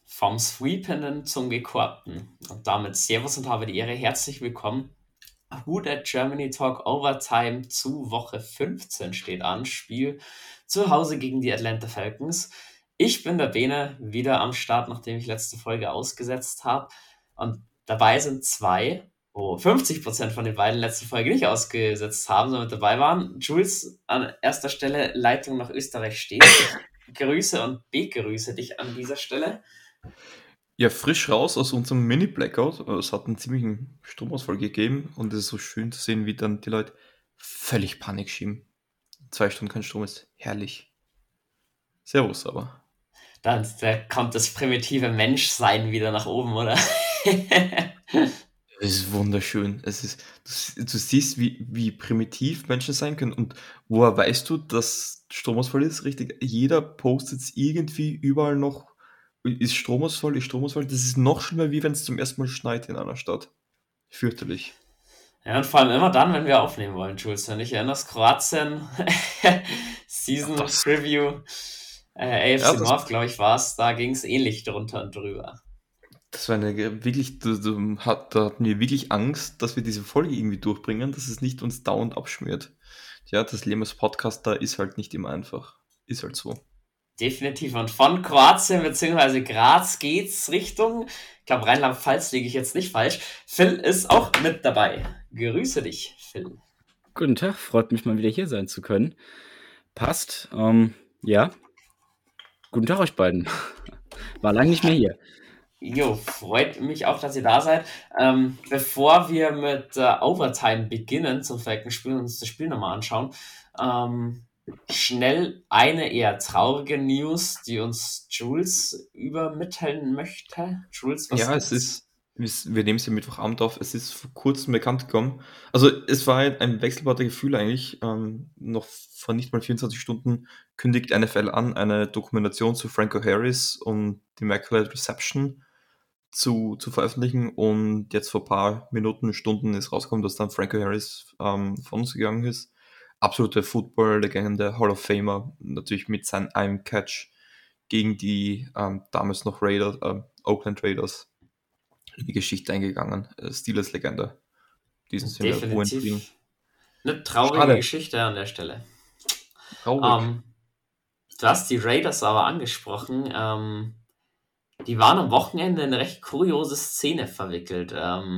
Vom Sweependen zum Gekorbten. Und damit Servus und habe die Ehre, herzlich willkommen. Who That Germany Talk Overtime zu Woche 15 steht an. Spiel zu Hause gegen die Atlanta Falcons. Ich bin der Bene, wieder am Start, nachdem ich letzte Folge ausgesetzt habe. Und dabei sind zwei, wo 50% von den beiden letzte Folge nicht ausgesetzt haben, sondern mit dabei waren. Jules, an erster Stelle Leitung nach Österreich steht. Ich grüße und begrüße dich an dieser Stelle. Ja, frisch raus aus unserem Mini-Blackout. Es hat einen ziemlichen Stromausfall gegeben und es ist so schön zu sehen, wie dann die Leute völlig Panik schieben. 2 Stunden kein Strom ist herrlich. Servus aber. Da kommt das primitive Menschsein wieder nach oben, oder? Es ist wunderschön. Du siehst, wie primitiv Menschen sein können. Und woher weißt du, dass Stromausfall ist? Richtig, jeder postet es irgendwie überall noch. Ist Stromausfall, ist Stromausfall. Das ist noch schlimmer, wie wenn es zum ersten Mal schneit in einer Stadt. Fürchterlich. Ja, und vor allem immer dann, wenn wir aufnehmen wollen, Jules. Wenn ich erinnerst, Kroatien, Season Das, Preview, ja, AFC das North, glaube ich, war es. Da ging es ähnlich drunter und drüber. Das war wirklich, da hatten wir wirklich Angst, dass wir diese Folge irgendwie durchbringen, dass es nicht uns dauernd abschmiert. Ja, das Leben als Podcaster ist halt nicht immer einfach. Ist halt so. Definitiv. Und von Kroatien bzw. Graz geht's Richtung, ich glaube, Rheinland-Pfalz liege ich jetzt nicht falsch. Phil ist auch mit dabei. Grüße dich, Phil. Guten Tag, freut mich mal wieder hier sein zu können. Passt, ja. Guten Tag euch beiden. War lange nicht mehr hier. Jo, freut mich auch, dass ihr da seid. Bevor wir mit Overtime beginnen zum Falcons-Spiel und uns das Spiel nochmal anschauen, schnell eine eher traurige News, die uns Jules übermitteln möchte. Jules, was Ja, wir nehmen es ja Mittwochabend auf, es ist vor kurzem bekannt gekommen. Also es war ein wechselbares Gefühl eigentlich. Noch vor nicht mal 24 Stunden kündigt NFL an, eine Dokumentation zu Franco Harris und die Immaculate Reception zu veröffentlichen, und jetzt vor ein paar Minuten, Stunden ist rausgekommen, dass dann Franco Harris von uns gegangen ist. Absolute Football-Legende, Hall of Famer, natürlich mit seinem einem Catch gegen die damals noch Oakland Raiders in die Geschichte eingegangen. Steelers-Legende. Diesen sind wir Ruhe in Frieden. definitiv eine traurige Schade. Geschichte an der Stelle. Traurig. Du hast die Raiders aber angesprochen. Die waren am Wochenende in eine recht kuriose Szene verwickelt.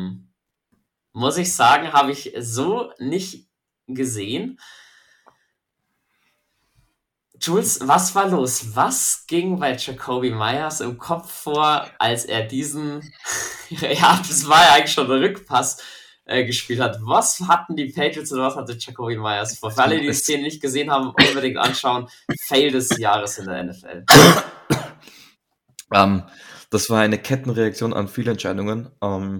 Muss ich sagen, habe ich so nicht gesehen. Jules, was war los? Was ging bei Jacoby Myers im Kopf vor, als er diesen, ja, das war ja eigentlich schon der Rückpass, gespielt hat? Was hatten die Patriots und was hatte Jacoby Myers vor? Für alle, die die Szene nicht gesehen haben, unbedingt anschauen. Fail des Jahres in der NFL. Das war eine Kettenreaktion an Fehlentscheidungen.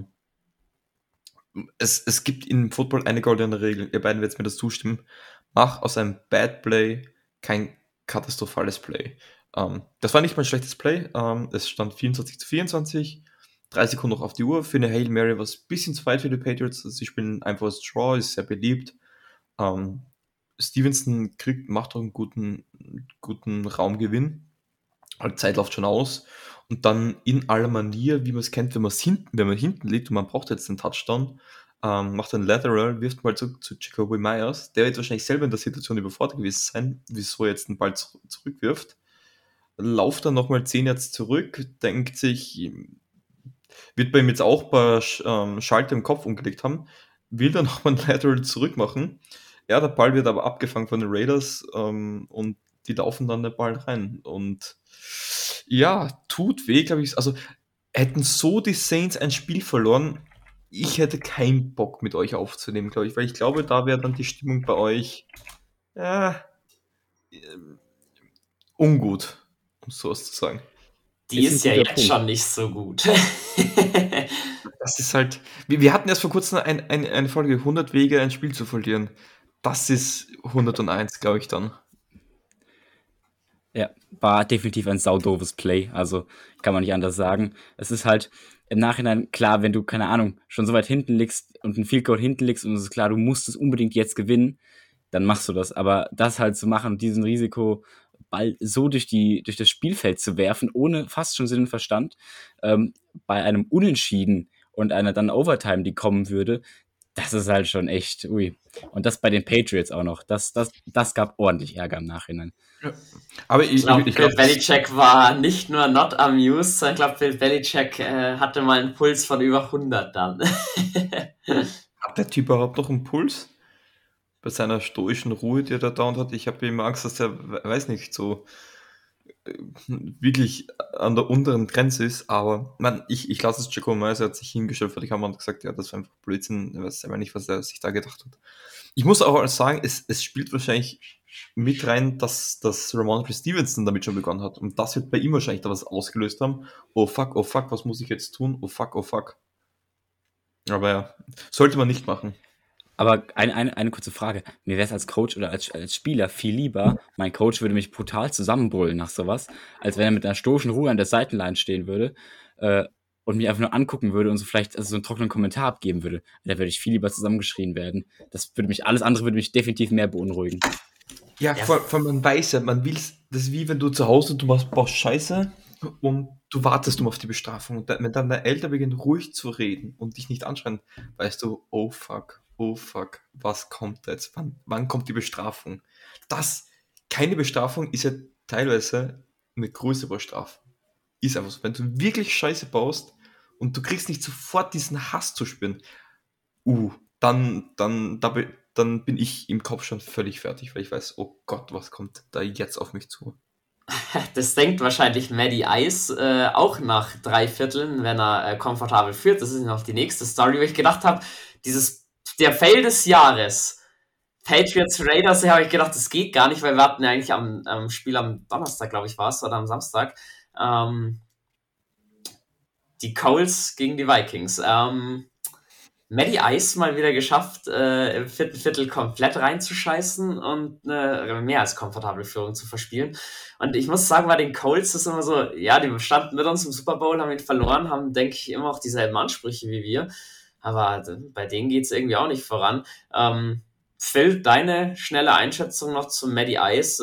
Es gibt im Football eine goldene Regel. Ihr beiden werdet mir das zustimmen. Mach aus einem Bad Play kein katastrophales Play. Das war nicht mal ein schlechtes Play. Es stand 24-24, 3 Sekunden noch auf die Uhr. Für eine Hail Mary war es ein bisschen zu weit für die Patriots. Sie spielen einfach das Draw, ist sehr beliebt. Stevenson macht auch einen guten Raumgewinn. Halt, Zeit läuft schon aus. Und dann in aller Manier, wie man es kennt, wenn man hinten liegt und man braucht jetzt einen Touchdown, macht einen Lateral, wirft mal zu Jacoby Myers. Der wird wahrscheinlich selber in der Situation überfordert gewesen sein, wieso er jetzt den Ball zurückwirft. Lauft dann nochmal 10 Yards zurück, denkt sich, wird bei ihm jetzt auch ein paar Schalter im Kopf umgelegt haben, will dann nochmal einen Lateral zurück machen. Ja, der Ball wird aber abgefangen von den Raiders und die laufen dann den Ball rein. Und ja, tut weh, glaube ich. Also hätten so die Saints ein Spiel verloren, ich hätte keinen Bock mit euch aufzunehmen, glaube ich, weil ich glaube, da wäre dann die Stimmung bei euch ungut, um sowas zu sagen. Die Ist ein ist ja guter jetzt Punkt. schon nicht so gut. Das ist halt, wir hatten erst vor kurzem eine Folge 100 Wege, ein Spiel zu verlieren. Das ist 101, glaube ich dann. Ja, war definitiv ein saudoofes Play, also kann man nicht anders sagen. Es ist halt im Nachhinein klar, wenn du, keine Ahnung, schon so weit hinten liegst und ein Field Goal hinten liegst und es ist klar, du musst es unbedingt jetzt gewinnen, dann machst du das. Aber das halt zu machen und diesen Risiko Ball so durch das Spielfeld zu werfen, ohne fast schon Sinn und Verstand, bei einem Unentschieden und einer dann Overtime, die kommen würde, das ist halt schon echt, ui. Und das bei den Patriots auch noch. Das gab ordentlich Ärger im Nachhinein. Ja. Aber Ich glaube, Bill Belichick war nicht nur not amused, sondern ich glaube, Bill Belichick hatte mal einen Puls von über 100 dann. Hat der Typ überhaupt noch einen Puls? Bei seiner stoischen Ruhe, die er da dauernd hat, ich habe immer Angst, dass er, weiß nicht, so wirklich an der unteren Grenze ist, aber ich lasse es Jacob Myers, er hat sich hingestellt vor die Kamera und gesagt, ja, das war einfach Blödsinn, ich weiß selber nicht, was er sich da gedacht hat. Ich muss auch sagen, es spielt wahrscheinlich mit rein, dass Ramondre Stevenson damit schon begonnen hat und das wird bei ihm wahrscheinlich da was ausgelöst haben. Oh fuck, was muss ich jetzt tun? Oh fuck. Aber ja, sollte man nicht machen. Aber eine kurze Frage. Mir wäre es als Coach oder als Spieler viel lieber, mein Coach würde mich brutal zusammenbrüllen nach sowas, als wenn er mit einer stoischen Ruhe an der Seitenline stehen würde und mich einfach nur angucken würde und so vielleicht so einen trockenen Kommentar abgeben würde. Da würde ich viel lieber zusammengeschrien werden. Alles andere würde mich definitiv mehr beunruhigen. Ja, vor allem man weiß ja, man will das ist wie wenn du zu Hause, du baust Scheiße und du wartest auf die Bestrafung. Und wenn dann der Eltern beginnt ruhig zu reden und dich nicht anschreien, weißt du, oh fuck, was kommt jetzt? Wann kommt die Bestrafung? Keine Bestrafung ist ja teilweise eine größere Bestrafung. Ist einfach so. Wenn du wirklich Scheiße baust und du kriegst nicht sofort diesen Hass zu spüren, dann bin ich im Kopf schon völlig fertig, weil ich weiß, oh Gott, was kommt da jetzt auf mich zu? Das denkt wahrscheinlich Matty Ice auch nach 3/4, wenn er komfortabel führt. Das ist noch die nächste Story, wo ich gedacht habe, der Fail des Jahres, Patriots Raiders, da habe ich gedacht, das geht gar nicht, weil wir hatten ja eigentlich am Spiel am Donnerstag, glaube ich, war es, oder am Samstag, die Colts gegen die Vikings. Matty Ice mal wieder geschafft, im 4. Viertel komplett reinzuscheißen und eine mehr als komfortable Führung zu verspielen. Und ich muss sagen, bei den Colts ist immer so, ja, die standen mit uns im Super Bowl, haben ihn verloren, haben, denke ich, immer auch dieselben Ansprüche wie wir. Aber bei denen geht es irgendwie auch nicht voran. Phil, deine schnelle Einschätzung noch zu Matty Ice?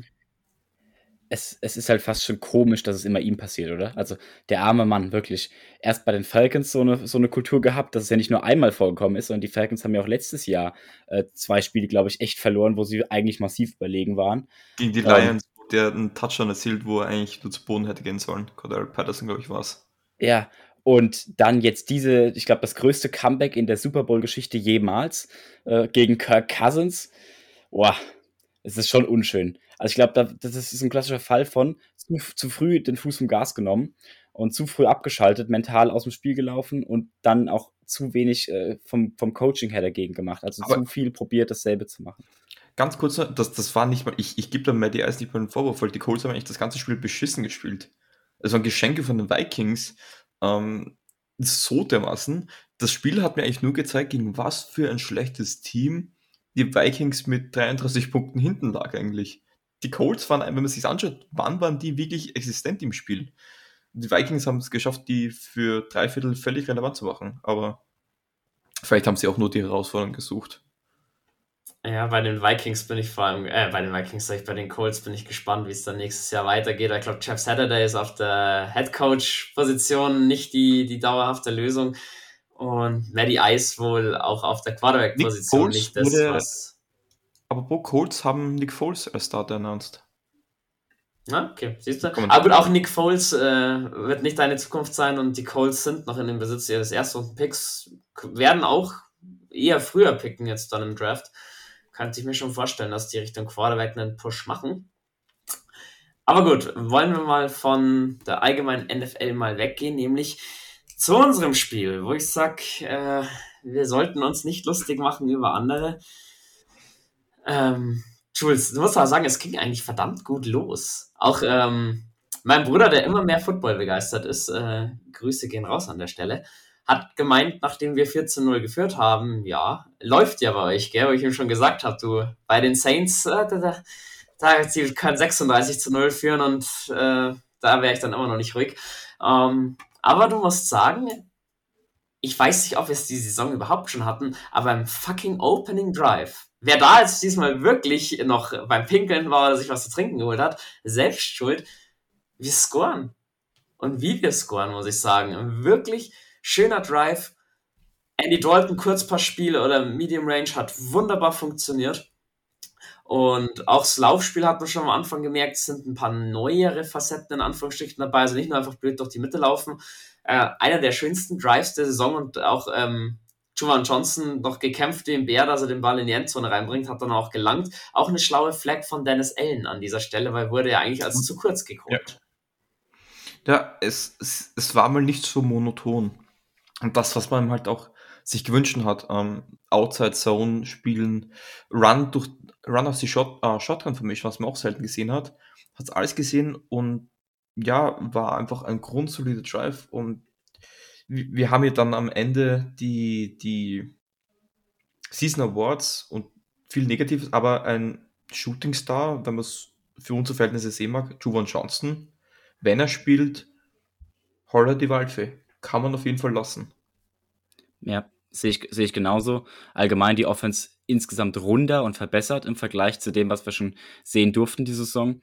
Es ist halt fast schon komisch, dass es immer ihm passiert, oder? Also der arme Mann, wirklich. Erst bei den Falcons so eine Kultur gehabt, dass es ja nicht nur einmal vorgekommen ist, sondern die Falcons haben ja auch letztes Jahr 2 Spiele, glaube ich, echt verloren, wo sie eigentlich massiv überlegen waren. Gegen die Lions, wo der einen Touchdown erzielt, wo er eigentlich nur zu Boden hätte gehen sollen. Cordell Patterson, glaube ich, war es. Ja, und dann jetzt ich glaube, das größte Comeback in der Super Bowl-Geschichte jemals gegen Kirk Cousins. Boah, es ist schon unschön. Also ich glaube, das ist ein klassischer Fall von zu früh den Fuß vom Gas genommen und zu früh abgeschaltet, mental aus dem Spiel gelaufen und dann auch zu wenig vom Coaching her dagegen gemacht. Also zu viel probiert, dasselbe zu machen. Ganz kurz, das war nicht mal, ich gebe da Matty Ice nicht mal einen Vorwurf, weil die Colts haben eigentlich das ganze Spiel beschissen gespielt. Das waren Geschenke von den Vikings. So dermaßen. Das Spiel hat mir eigentlich nur gezeigt, gegen was für ein schlechtes Team die Vikings mit 33 Punkten hinten lag eigentlich. Die Colts waren, wenn man sich anschaut, wann waren die wirklich existent im Spiel? Die Vikings haben es geschafft, die für 3/4 völlig relevant zu machen, aber vielleicht haben sie auch nur die Herausforderung gesucht. Ja, bei den Vikings bin ich vor allem, bei den Colts bin ich gespannt, wie es dann nächstes Jahr weitergeht. Ich glaube, Jeff Saturday ist auf der Headcoach-Position nicht die dauerhafte Lösung und Matty Ice wohl auch auf der Quarterback-Position nicht das, was... Aber Pro Colts haben Nick Foles als Starter announced. Ja, okay, siehst du. Aber gut, auch Nick Foles wird nicht deine Zukunft sein und die Colts sind noch in dem Besitz ihres Erstrunden-Picks, werden auch eher früher picken jetzt dann im Draft. Könnte ich mir schon vorstellen, dass die Richtung Quarterback einen Push machen. Aber gut, wollen wir mal von der allgemeinen NFL mal weggehen, nämlich zu unserem Spiel, wo ich sage, wir sollten uns nicht lustig machen über andere. Jules, du musst aber sagen, es ging eigentlich verdammt gut los. Auch mein Bruder, der immer mehr Football begeistert ist, Grüße gehen raus an der Stelle, hat gemeint, nachdem wir 14-0 geführt haben, ja, läuft ja bei euch, gell, wo ich ihm schon gesagt habe, du, bei den Saints, sie können 36-0 führen und da wäre ich dann immer noch nicht ruhig. Aber du musst sagen, ich weiß nicht, ob wir es die Saison überhaupt schon hatten, aber im fucking Opening Drive wer da jetzt diesmal wirklich noch beim Pinkeln war oder sich was zu trinken geholt hat, selbst schuld. Wir scoren. Und wie wir scoren, muss ich sagen. Ein wirklich schöner Drive. Andy Dalton, Kurzpassspiel oder Medium Range hat wunderbar funktioniert. Und auch das Laufspiel hat man schon am Anfang gemerkt, es sind ein paar neuere Facetten in Anführungsstrichen dabei, also nicht nur einfach blöd durch die Mitte laufen. Einer der schönsten Drives der Saison und auch Juwan Johnson noch gekämpft, den Bär, dass er den Ball in die Endzone reinbringt, hat dann auch gelangt. Auch eine schlaue Flag von Dennis Allen an dieser Stelle, weil wurde ja eigentlich als zu kurz geguckt. Ja, es war mal nicht so monoton. Und das, was man halt auch sich gewünscht hat, Outside Zone spielen, Run auf die Shotgun Formation, was man auch selten gesehen hat es alles gesehen und ja, war einfach ein grundsolider Drive und wir haben ja dann am Ende die Season Awards und viel Negatives, aber ein Shooting Star, wenn man es für unsere Verhältnisse sehen mag, Juwan Johnson, wenn er spielt, Holla die Waldfee. Kann man auf jeden Fall lassen. Ja, sehe ich genauso. Allgemein die Offense insgesamt runder und verbessert im Vergleich zu dem, was wir schon sehen durften diese Saison.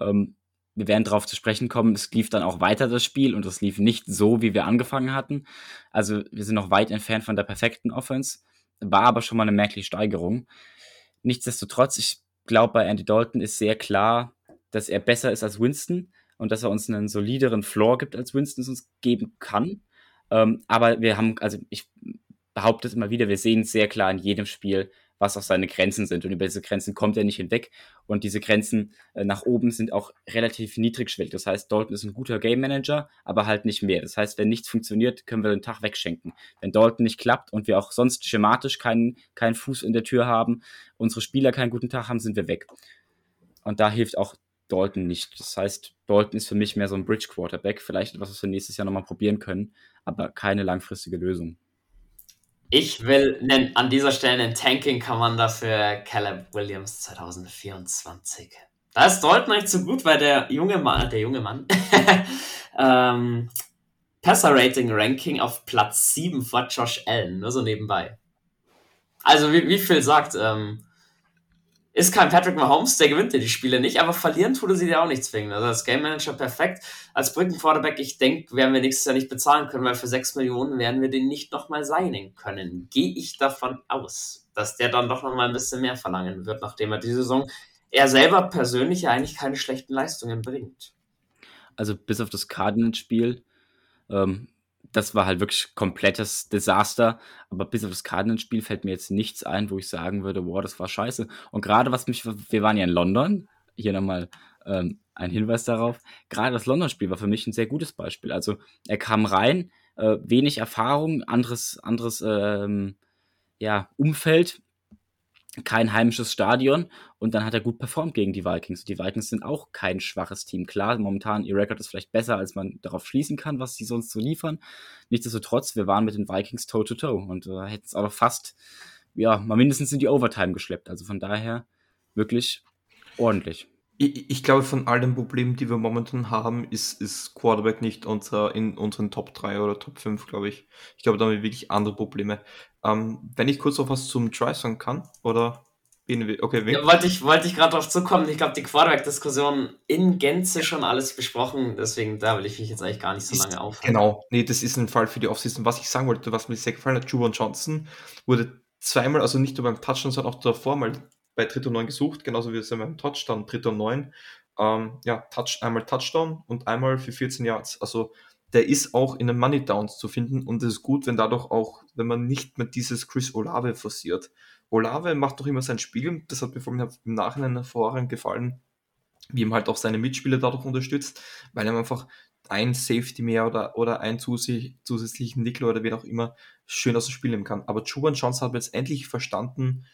Wir werden darauf zu sprechen kommen, es lief dann auch weiter das Spiel und es lief nicht so, wie wir angefangen hatten. Also wir sind noch weit entfernt von der perfekten Offense, war aber schon mal eine merkliche Steigerung. Nichtsdestotrotz, ich glaube, bei Andy Dalton ist sehr klar, dass er besser ist als Winston und dass er uns einen solideren Floor gibt, als Winston es uns geben kann. Aber wir haben, also ich behaupte es immer wieder, wir sehen sehr klar in jedem Spiel, was auch seine Grenzen sind. Und über diese Grenzen kommt er nicht hinweg. Und diese Grenzen nach oben sind auch relativ niedrigschwellig. Das heißt, Dalton ist ein guter Game Manager, aber halt nicht mehr. Das heißt, wenn nichts funktioniert, können wir den Tag wegschenken. Wenn Dalton nicht klappt und wir auch sonst schematisch keinen Fuß in der Tür haben, unsere Spieler keinen guten Tag haben, sind wir weg. Und da hilft auch Dalton nicht. Das heißt, Dalton ist für mich mehr so ein Bridge-Quarterback. Vielleicht etwas, was wir nächstes Jahr nochmal probieren können, aber keine langfristige Lösung. Ich will an dieser Stelle einen Tanking-Commander für Caleb Williams 2024. Da ist Dalton nicht so gut, weil der junge Mann Passer-Rating-Ranking auf Platz 7 vor Josh Allen, nur so nebenbei. Also wie viel sagt, ist kein Patrick Mahomes, der gewinnt dir die Spiele nicht, aber verlieren tut er sie dir auch nicht zwingen. Also als Game Manager perfekt. Als Brückenquarterback, ich denke, werden wir nächstes Jahr nicht bezahlen können, weil für 6 Millionen werden wir den nicht nochmal signen können. Gehe ich davon aus, dass der dann doch nochmal ein bisschen mehr verlangen wird, nachdem er die Saison er selber persönlich ja eigentlich keine schlechten Leistungen bringt. Also bis auf das Cardinals-Spiel, das war halt wirklich komplettes Desaster. Aber bis auf das Cardinals-Spiel fällt mir jetzt nichts ein, wo ich sagen würde, wow, das war scheiße. Und gerade wir waren ja in London, hier nochmal ein Hinweis darauf, gerade das London-Spiel war für mich ein sehr gutes Beispiel. Also er kam rein, wenig Erfahrung, anderes Umfeld, kein heimisches Stadion und dann hat er gut performt gegen die Vikings. Die Vikings sind auch kein schwaches Team. Klar, momentan ihr Rekord ist vielleicht besser, als man darauf schließen kann, was sie sonst so liefern. Nichtsdestotrotz, wir waren mit den Vikings toe-to-toe und hätten es auch noch fast, mal mindestens in die Overtime geschleppt. Also von daher wirklich ordentlich. Ich glaube, von all den Problemen, die wir momentan haben, ist Quarterback nicht in unseren Top 3 oder Top 5, glaube ich. Ich glaube, da haben wir wirklich andere Probleme. Wenn ich kurz noch was zum Try sagen kann, oder? Okay, ja, wollte ich gerade drauf zukommen. Ich glaube, die Quarterback-Diskussion in Gänze schon alles besprochen, deswegen da will ich mich jetzt eigentlich gar nicht so lange aufhalten. Genau, nee, das ist ein Fall für die Offseason. Was ich sagen wollte, was mir sehr gefallen hat, Juwan Johnson wurde zweimal, also nicht nur beim Touchdown, sondern auch davor mal bei 3. und 9 gesucht, genauso wie es beim Touchdown 3. und 9. Einmal Touchdown und einmal für 14 Yards. Also der ist auch in den Money Downs zu finden und es ist gut, wenn dadurch auch, wenn man nicht mehr dieses Chris Olave forciert. Olave macht doch immer sein Spiel, das hat mir vor allem im Nachhinein hervorragend gefallen, wie ihm halt auch seine Mitspieler dadurch unterstützt, weil er einfach ein Safety mehr oder einen zusätzlichen Nickel oder wen auch immer schön aus dem Spiel nehmen kann. Aber Juwan Johnson hat jetzt endlich verstanden,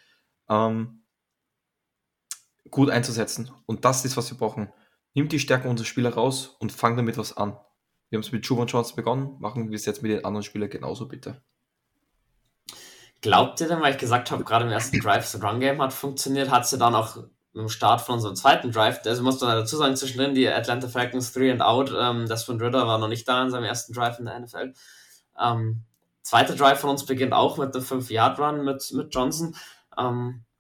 gut einzusetzen. Und das ist, was wir brauchen. Nimmt die Stärken unserer Spieler raus und fang damit was an. Wir haben es mit Juwan Johnson begonnen, machen wir es jetzt mit den anderen Spielern genauso, bitte. Glaubt ihr denn, weil ich gesagt habe, gerade im ersten Drive das Run-Game hat funktioniert, hat sie dann auch im Start von unserem zweiten Drive, also muss man dazu sagen, zwischendrin die Atlanta Falcons 3 and out, das von Ritter war noch nicht da in seinem ersten Drive in der NFL. Zweiter Drive von uns beginnt auch mit einem 5-Yard-Run mit Johnson.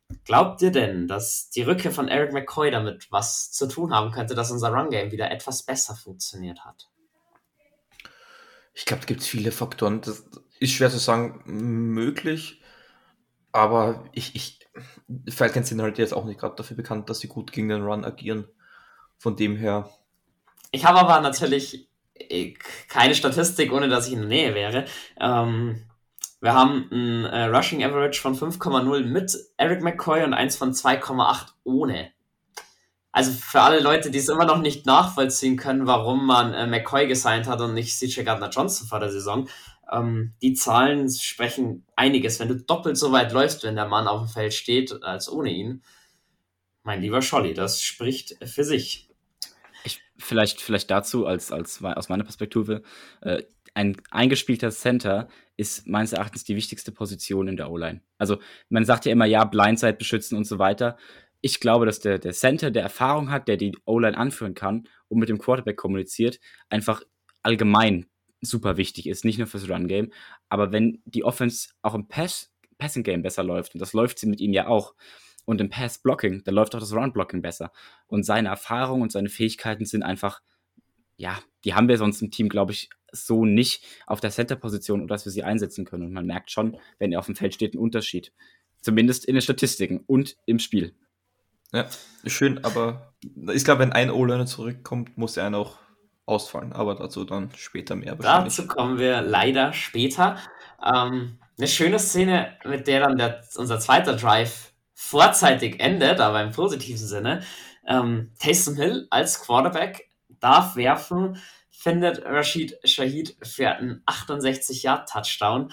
Glaubt ihr denn, dass die Rückkehr von Eric McCoy damit was zu tun haben könnte, dass unser Run-Game wieder etwas besser funktioniert hat? Ich glaube, da gibt es viele Faktoren. Das ist schwer zu sagen, möglich, aber Falcons sind halt jetzt auch nicht gerade dafür bekannt, dass sie gut gegen den Run agieren. Von dem her, Ich habe aber natürlich keine Statistik, ohne dass ich in der Nähe wäre. Wir haben ein Rushing Average von 5,0 mit Eric McCoy und eins von 2,8 ohne. Also für alle Leute, die es immer noch nicht nachvollziehen können, warum man McCoy gesigned hat und nicht CJ Gardner-Johnson vor der Saison, die Zahlen sprechen einiges. Wenn du doppelt so weit läufst, wenn der Mann auf dem Feld steht, als ohne ihn, mein lieber Scholli, das spricht für sich. Vielleicht dazu, aus meiner Perspektive, ein eingespielter Center ist meines Erachtens die wichtigste Position in der O-Line. Also man sagt ja immer, ja, Blindside beschützen und so weiter. Ich glaube, dass der Center, der Erfahrung hat, der die O-Line anführen kann und mit dem Quarterback kommuniziert, einfach allgemein super wichtig ist, nicht nur fürs Run-Game. Aber wenn die Offense auch im Passing-Game besser läuft, und das läuft sie mit ihm ja auch, und im Pass-Blocking, dann läuft auch das Run-Blocking besser. Und seine Erfahrung und seine Fähigkeiten sind einfach, ja, die haben wir sonst im Team, glaube ich, so nicht auf der Center-Position, dass wir sie einsetzen können. Und man merkt schon, wenn er auf dem Feld steht, einen Unterschied. Zumindest in den Statistiken und im Spiel. ja, schön, aber ich glaube, wenn ein O-Liner zurückkommt, muss der eine auch ausfallen. Aber dazu dann später mehr wahrscheinlich. Dazu kommen wir leider später. Eine schöne Szene, mit der dann unser zweiter Drive vorzeitig endet, aber im positiven Sinne. Taysom Hill als Quarterback darf werfen, findet Rashid Shaheed für einen 68-Yard-Touchdown.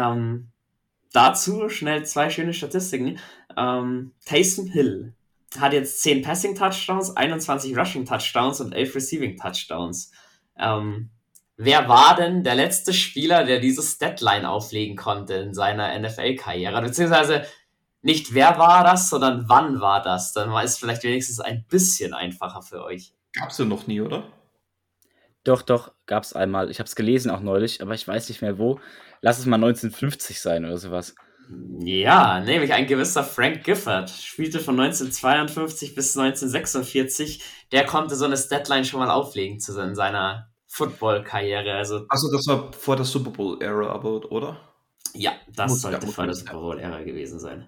Dazu schnell zwei schöne Statistiken. Taysom Hill hat jetzt 10 Passing-Touchdowns, 21 Rushing-Touchdowns und 11 Receiving-Touchdowns. Wer war denn der letzte Spieler, der dieses Statline auflegen konnte in seiner NFL-Karriere? Beziehungsweise nicht wer war das, sondern wann war das? Dann war es vielleicht wenigstens ein bisschen einfacher für euch. Gab es ja noch nie, oder? Doch, gab es einmal. Ich habe es gelesen auch neulich, aber ich weiß nicht mehr wo. Lass es mal 1950 sein oder sowas. Ja, nämlich ein gewisser Frank Gifford spielte von 1952 bis 1946. Der konnte so eine Statline schon mal auflegen in seiner Football-Karriere. Also das war vor der Super Bowl-Ära, aber, oder? ja, das sollte vor der sein. Super Bowl-Ära gewesen sein.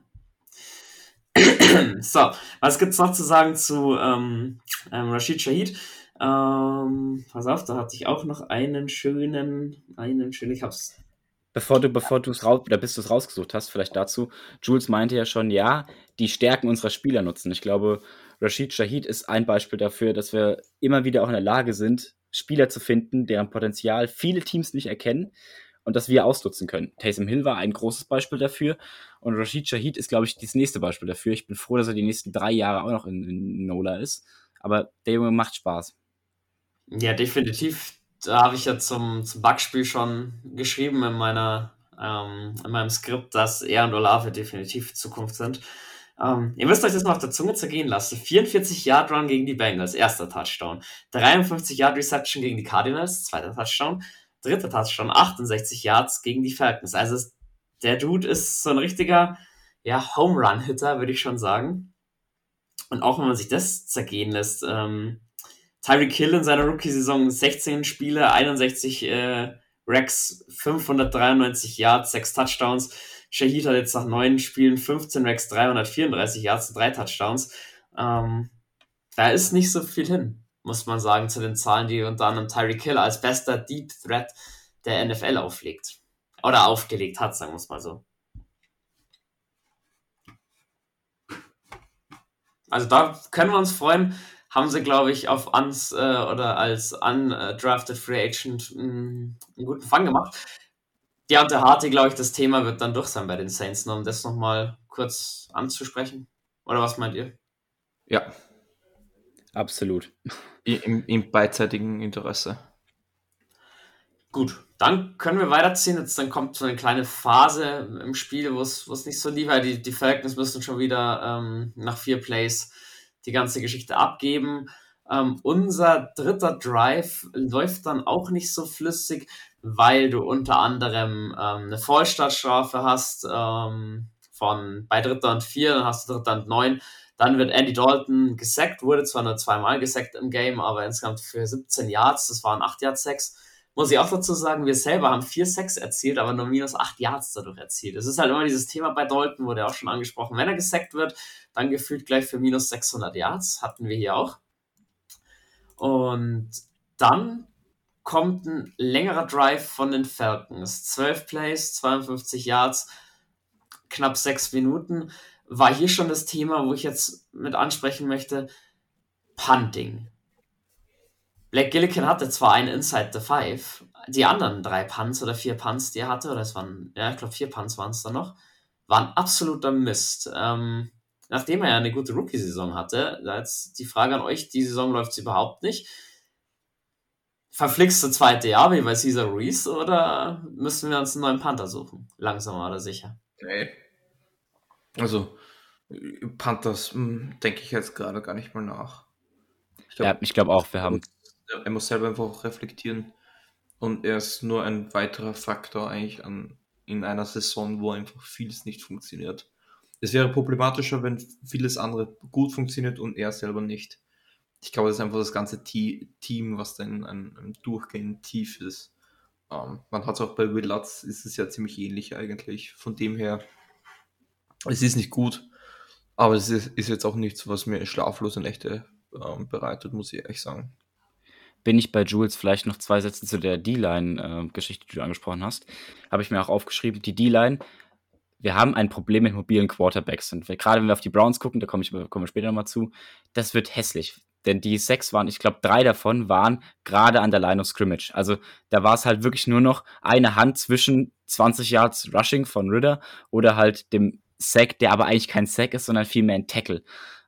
So, was gibt's noch zu sagen zu Rashid Shaheed? Pass auf, da hatte ich auch noch einen schönen, ich hab's. Bevor du es rausgesucht hast, vielleicht dazu. Jules meinte ja schon, ja, die Stärken unserer Spieler nutzen. Ich glaube, Rashid Shaheed ist ein Beispiel dafür, dass wir immer wieder auch in der Lage sind, Spieler zu finden, deren Potenzial viele Teams nicht erkennen und das wir ausnutzen können. Taysom Hill war ein großes Beispiel dafür und Rashid Shaheed ist, glaube ich, das nächste Beispiel dafür. Ich bin froh, dass er die nächsten 3 Jahre auch noch in NOLA ist, aber der Junge macht Spaß. Ja, definitiv. Da habe ich ja zum Backspiel schon geschrieben in meinem Skript, dass er und Olave definitiv Zukunft sind. Ihr müsst euch das mal auf der Zunge zergehen lassen. 44-Yard-Run gegen die Bengals, erster Touchdown. 53-Yard-Reception gegen die Cardinals, zweiter Touchdown. Dritter Touchdown, 68 Yards gegen die Falcons. Also der Dude ist so ein richtiger Home-Run-Hitter, würde ich schon sagen. Und auch wenn man sich das zergehen lässt, Tyreek Hill in seiner Rookie-Saison 16 Spiele, 61 Racks, 593 Yards, 6 Touchdowns. Shaheed hat jetzt nach 9 Spielen 15 Racks, 334 Yards und 3 Touchdowns. Da ist nicht so viel hin, muss man sagen, zu den Zahlen, die unter anderem Tyreek Hill als bester Deep Threat der NFL auflegt. Oder aufgelegt hat, sagen wir es mal so. Also da können wir uns freuen. Haben sie, glaube ich, auf oder als undrafted Free Agent einen guten Fang gemacht. Deontay Harty, glaube ich, das Thema wird dann durch sein bei den Saints, um das nochmal kurz anzusprechen. Oder was meint ihr? Ja. Absolut. Im beidseitigen Interesse. Gut, dann können wir weiterziehen. Jetzt dann kommt so eine kleine Phase im Spiel, wo es nicht so lief, weil die Falcons müssen schon wieder nach 4 Plays die ganze Geschichte abgeben. Unser dritter Drive läuft dann auch nicht so flüssig, weil du unter anderem eine Fallstartstrafe hast von bei 3. und 4, dann hast du 3. und 9, dann wird Andy Dalton gesackt, wurde zwar nur 2-mal gesackt im Game, aber insgesamt für 17 Yards, das waren 8-Yard-Sacks. Muss ich auch dazu sagen, wir selber haben 4 Sacks erzielt, aber nur minus 8 Yards dadurch erzielt. Es ist halt immer dieses Thema bei Dalton, wurde auch schon angesprochen. Wenn er gesackt wird, dann gefühlt gleich für minus 600 Yards. Hatten wir hier auch. Und dann kommt ein längerer Drive von den Falcons. 12 Plays, 52 Yards, knapp 6 Minuten. War hier schon das Thema, wo ich jetzt mit ansprechen möchte. Punting. Blake Gillikin hatte zwar einen Inside the 5, die anderen 3 Punts oder 4 Punts, die er hatte, oder es waren, ja, ich glaube 4 Punts waren es dann noch, waren absoluter Mist. Nachdem er ja eine gute Rookie-Saison hatte, da jetzt die Frage an euch, die Saison läuft überhaupt nicht. Verflixte zweite Jahr wie bei Cesar Ruiz oder müssen wir uns einen neuen Panther suchen? Langsamer oder sicher? Nee. Also, Panthers denke ich jetzt gerade gar nicht mal nach. Ich glaube auch, wir haben. Er muss selber einfach reflektieren und er ist nur ein weiterer Faktor eigentlich in einer Saison, wo einfach vieles nicht funktioniert. Es wäre problematischer, wenn vieles andere gut funktioniert und er selber nicht. Ich glaube, das ist einfach das ganze Team, was dann ein durchgehend tief ist. Man hat es auch bei Will Lutz, ist es ja ziemlich ähnlich eigentlich. Von dem her, es ist nicht gut, aber es ist jetzt auch nichts, was mir schlaflose Nächte bereitet, muss ich ehrlich sagen. Bin ich bei Jules vielleicht noch 2 Sätze zu der D-Line-Geschichte, die du angesprochen hast. Habe ich mir auch aufgeschrieben, die D-Line, wir haben ein Problem mit mobilen Quarterbacks. Und gerade wenn wir auf die Browns gucken, da kommen wir später nochmal zu, das wird hässlich. Denn die 6 waren, ich glaube 3 davon waren gerade an der Line of Scrimmage. Also da war es halt wirklich nur noch eine Hand zwischen 20 Yards Rushing von Ridder oder halt dem Sack, der aber eigentlich kein Sack ist, sondern vielmehr ein Tackle.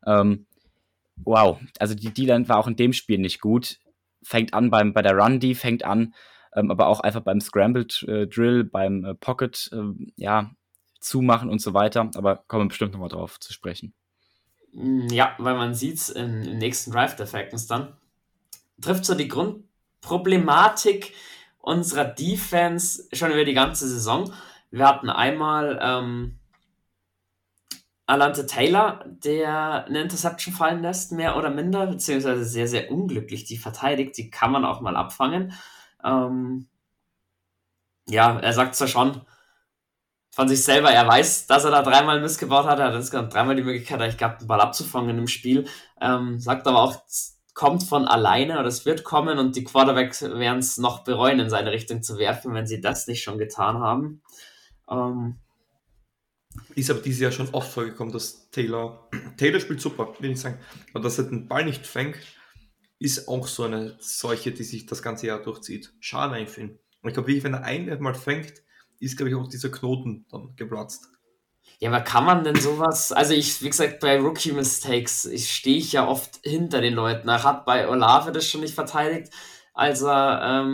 Wow, also die D-Line war auch in dem Spiel nicht gut. Fängt an bei der Run-D, fängt an, aber auch einfach beim Scrambled Drill, beim Pocket, zumachen und so weiter. Aber kommen wir bestimmt nochmal drauf zu sprechen. Ja, weil man sieht es im nächsten Drive der Falcons dann. Trifft so die Grundproblematik unserer Defense schon über die ganze Saison. Wir hatten einmal Alante Taylor, der eine Interception fallen lässt, mehr oder minder, beziehungsweise sehr, sehr unglücklich die verteidigt. Die kann man auch mal abfangen. Ja, er sagt zwar schon von sich selber, er weiß, dass er da 3-mal missgebaut hat, er hat insgesamt 3-mal die Möglichkeit eigentlich gehabt, den Ball abzufangen im Spiel. Sagt aber auch, es kommt von alleine oder es wird kommen und die Quarterbacks werden es noch bereuen, in seine Richtung zu werfen, wenn sie das nicht schon getan haben. Ist aber dieses Jahr schon oft vorgekommen, dass Taylor spielt super, will ich sagen, aber dass er den Ball nicht fängt, ist auch so eine Seuche, die sich das ganze Jahr durchzieht. Schade eigentlich für ihn. Und ich glaube, wenn er einmal fängt, ist, glaube ich, auch dieser Knoten dann geplatzt. Ja, aber kann man denn sowas, also wie gesagt, bei Rookie-Mistakes stehe ich ja oft hinter den Leuten. Er hat bei Olave das schon nicht verteidigt, als er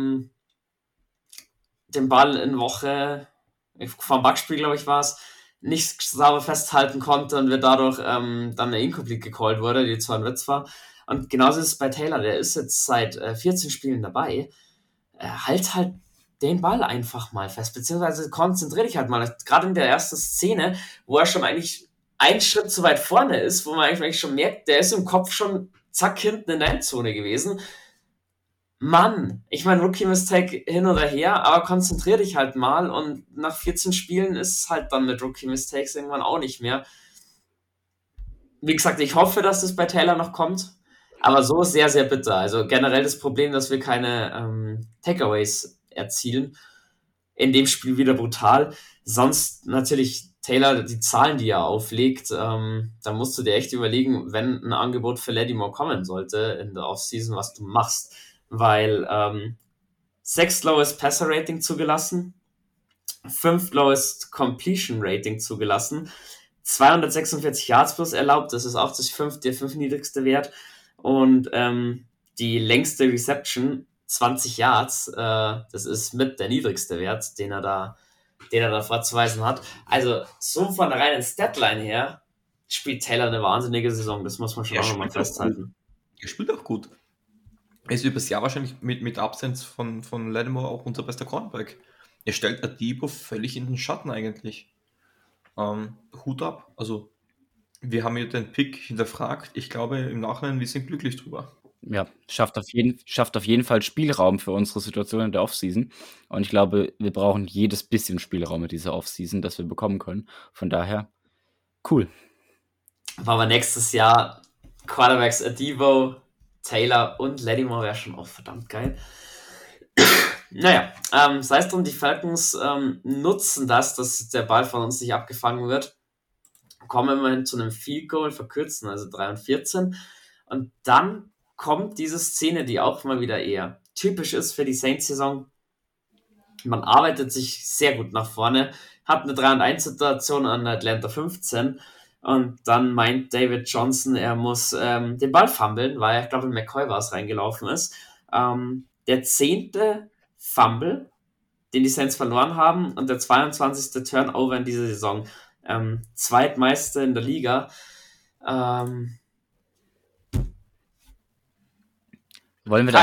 den Ball in Woche, vom Backspiel, glaube ich, war es, nicht sauber festhalten konnte und wir dadurch dann eine Incomplete gecallt wurde, die zwar ein Witz war. Und genauso ist es bei Taylor, der ist jetzt seit 14 Spielen dabei. Halt den Ball einfach mal fest, beziehungsweise konzentriere dich halt mal. Gerade in der ersten Szene, wo er schon eigentlich einen Schritt zu weit vorne ist, wo man eigentlich schon merkt, der ist im Kopf schon zack hinten in der Endzone gewesen. Mann, ich meine, Rookie-Mistake hin oder her, aber konzentrier dich halt mal und nach 14 Spielen ist es halt dann mit Rookie-Mistakes irgendwann auch nicht mehr. Wie gesagt, ich hoffe, dass das bei Taylor noch kommt, aber so ist sehr, sehr bitter. Also generell das Problem, dass wir keine Takeaways erzielen. In dem Spiel wieder brutal. Sonst natürlich Taylor, die Zahlen, die er auflegt, da musst du dir echt überlegen, wenn ein Angebot für Lattimore kommen sollte in der Offseason, was du machst. Weil 6 lowest Passer Rating zugelassen, 5 lowest Completion Rating zugelassen, 246 Yards plus erlaubt, das ist auch der 5 niedrigste Wert und die längste Reception 20 Yards, das ist mit der niedrigste Wert, den er da vorzuweisen hat. Also so von der reinen Statline her spielt Taylor eine wahnsinnige Saison, das muss man schon auch nochmal festhalten. Er spielt auch gut. Er ist übers Jahr wahrscheinlich mit Absence von Lattimore auch unser bester Cornerback. Er stellt Adebo völlig in den Schatten eigentlich. Hut ab. Also wir haben ja den Pick hinterfragt. Ich glaube im Nachhinein, wir sind glücklich drüber. Ja, schafft auf jeden Fall Spielraum für unsere Situation in der Offseason. Und ich glaube, wir brauchen jedes bisschen Spielraum in dieser Offseason, das wir bekommen können. Von daher, cool. Aber nächstes Jahr Quarterbacks Adebo, Taylor und Lattimore wäre schon auch verdammt geil. Naja, sei es drum, die Falcons nutzen das, dass der Ball von uns nicht abgefangen wird, kommen immerhin zu einem Field Goal, verkürzen, also 3 und 14. Und dann kommt diese Szene, die auch mal wieder eher typisch ist für die Saints-Saison. Man arbeitet sich sehr gut nach vorne, hat eine 3 und 1 Situation an der Atlanta 15 und dann meint David Johnson, er muss den Ball fummeln, weil ich glaube, McCoy war es reingelaufen ist. Der 10. Fumble, den die Saints verloren haben und der 22. Turnover in dieser Saison. Zweitmeiste in der Liga. Wollen wir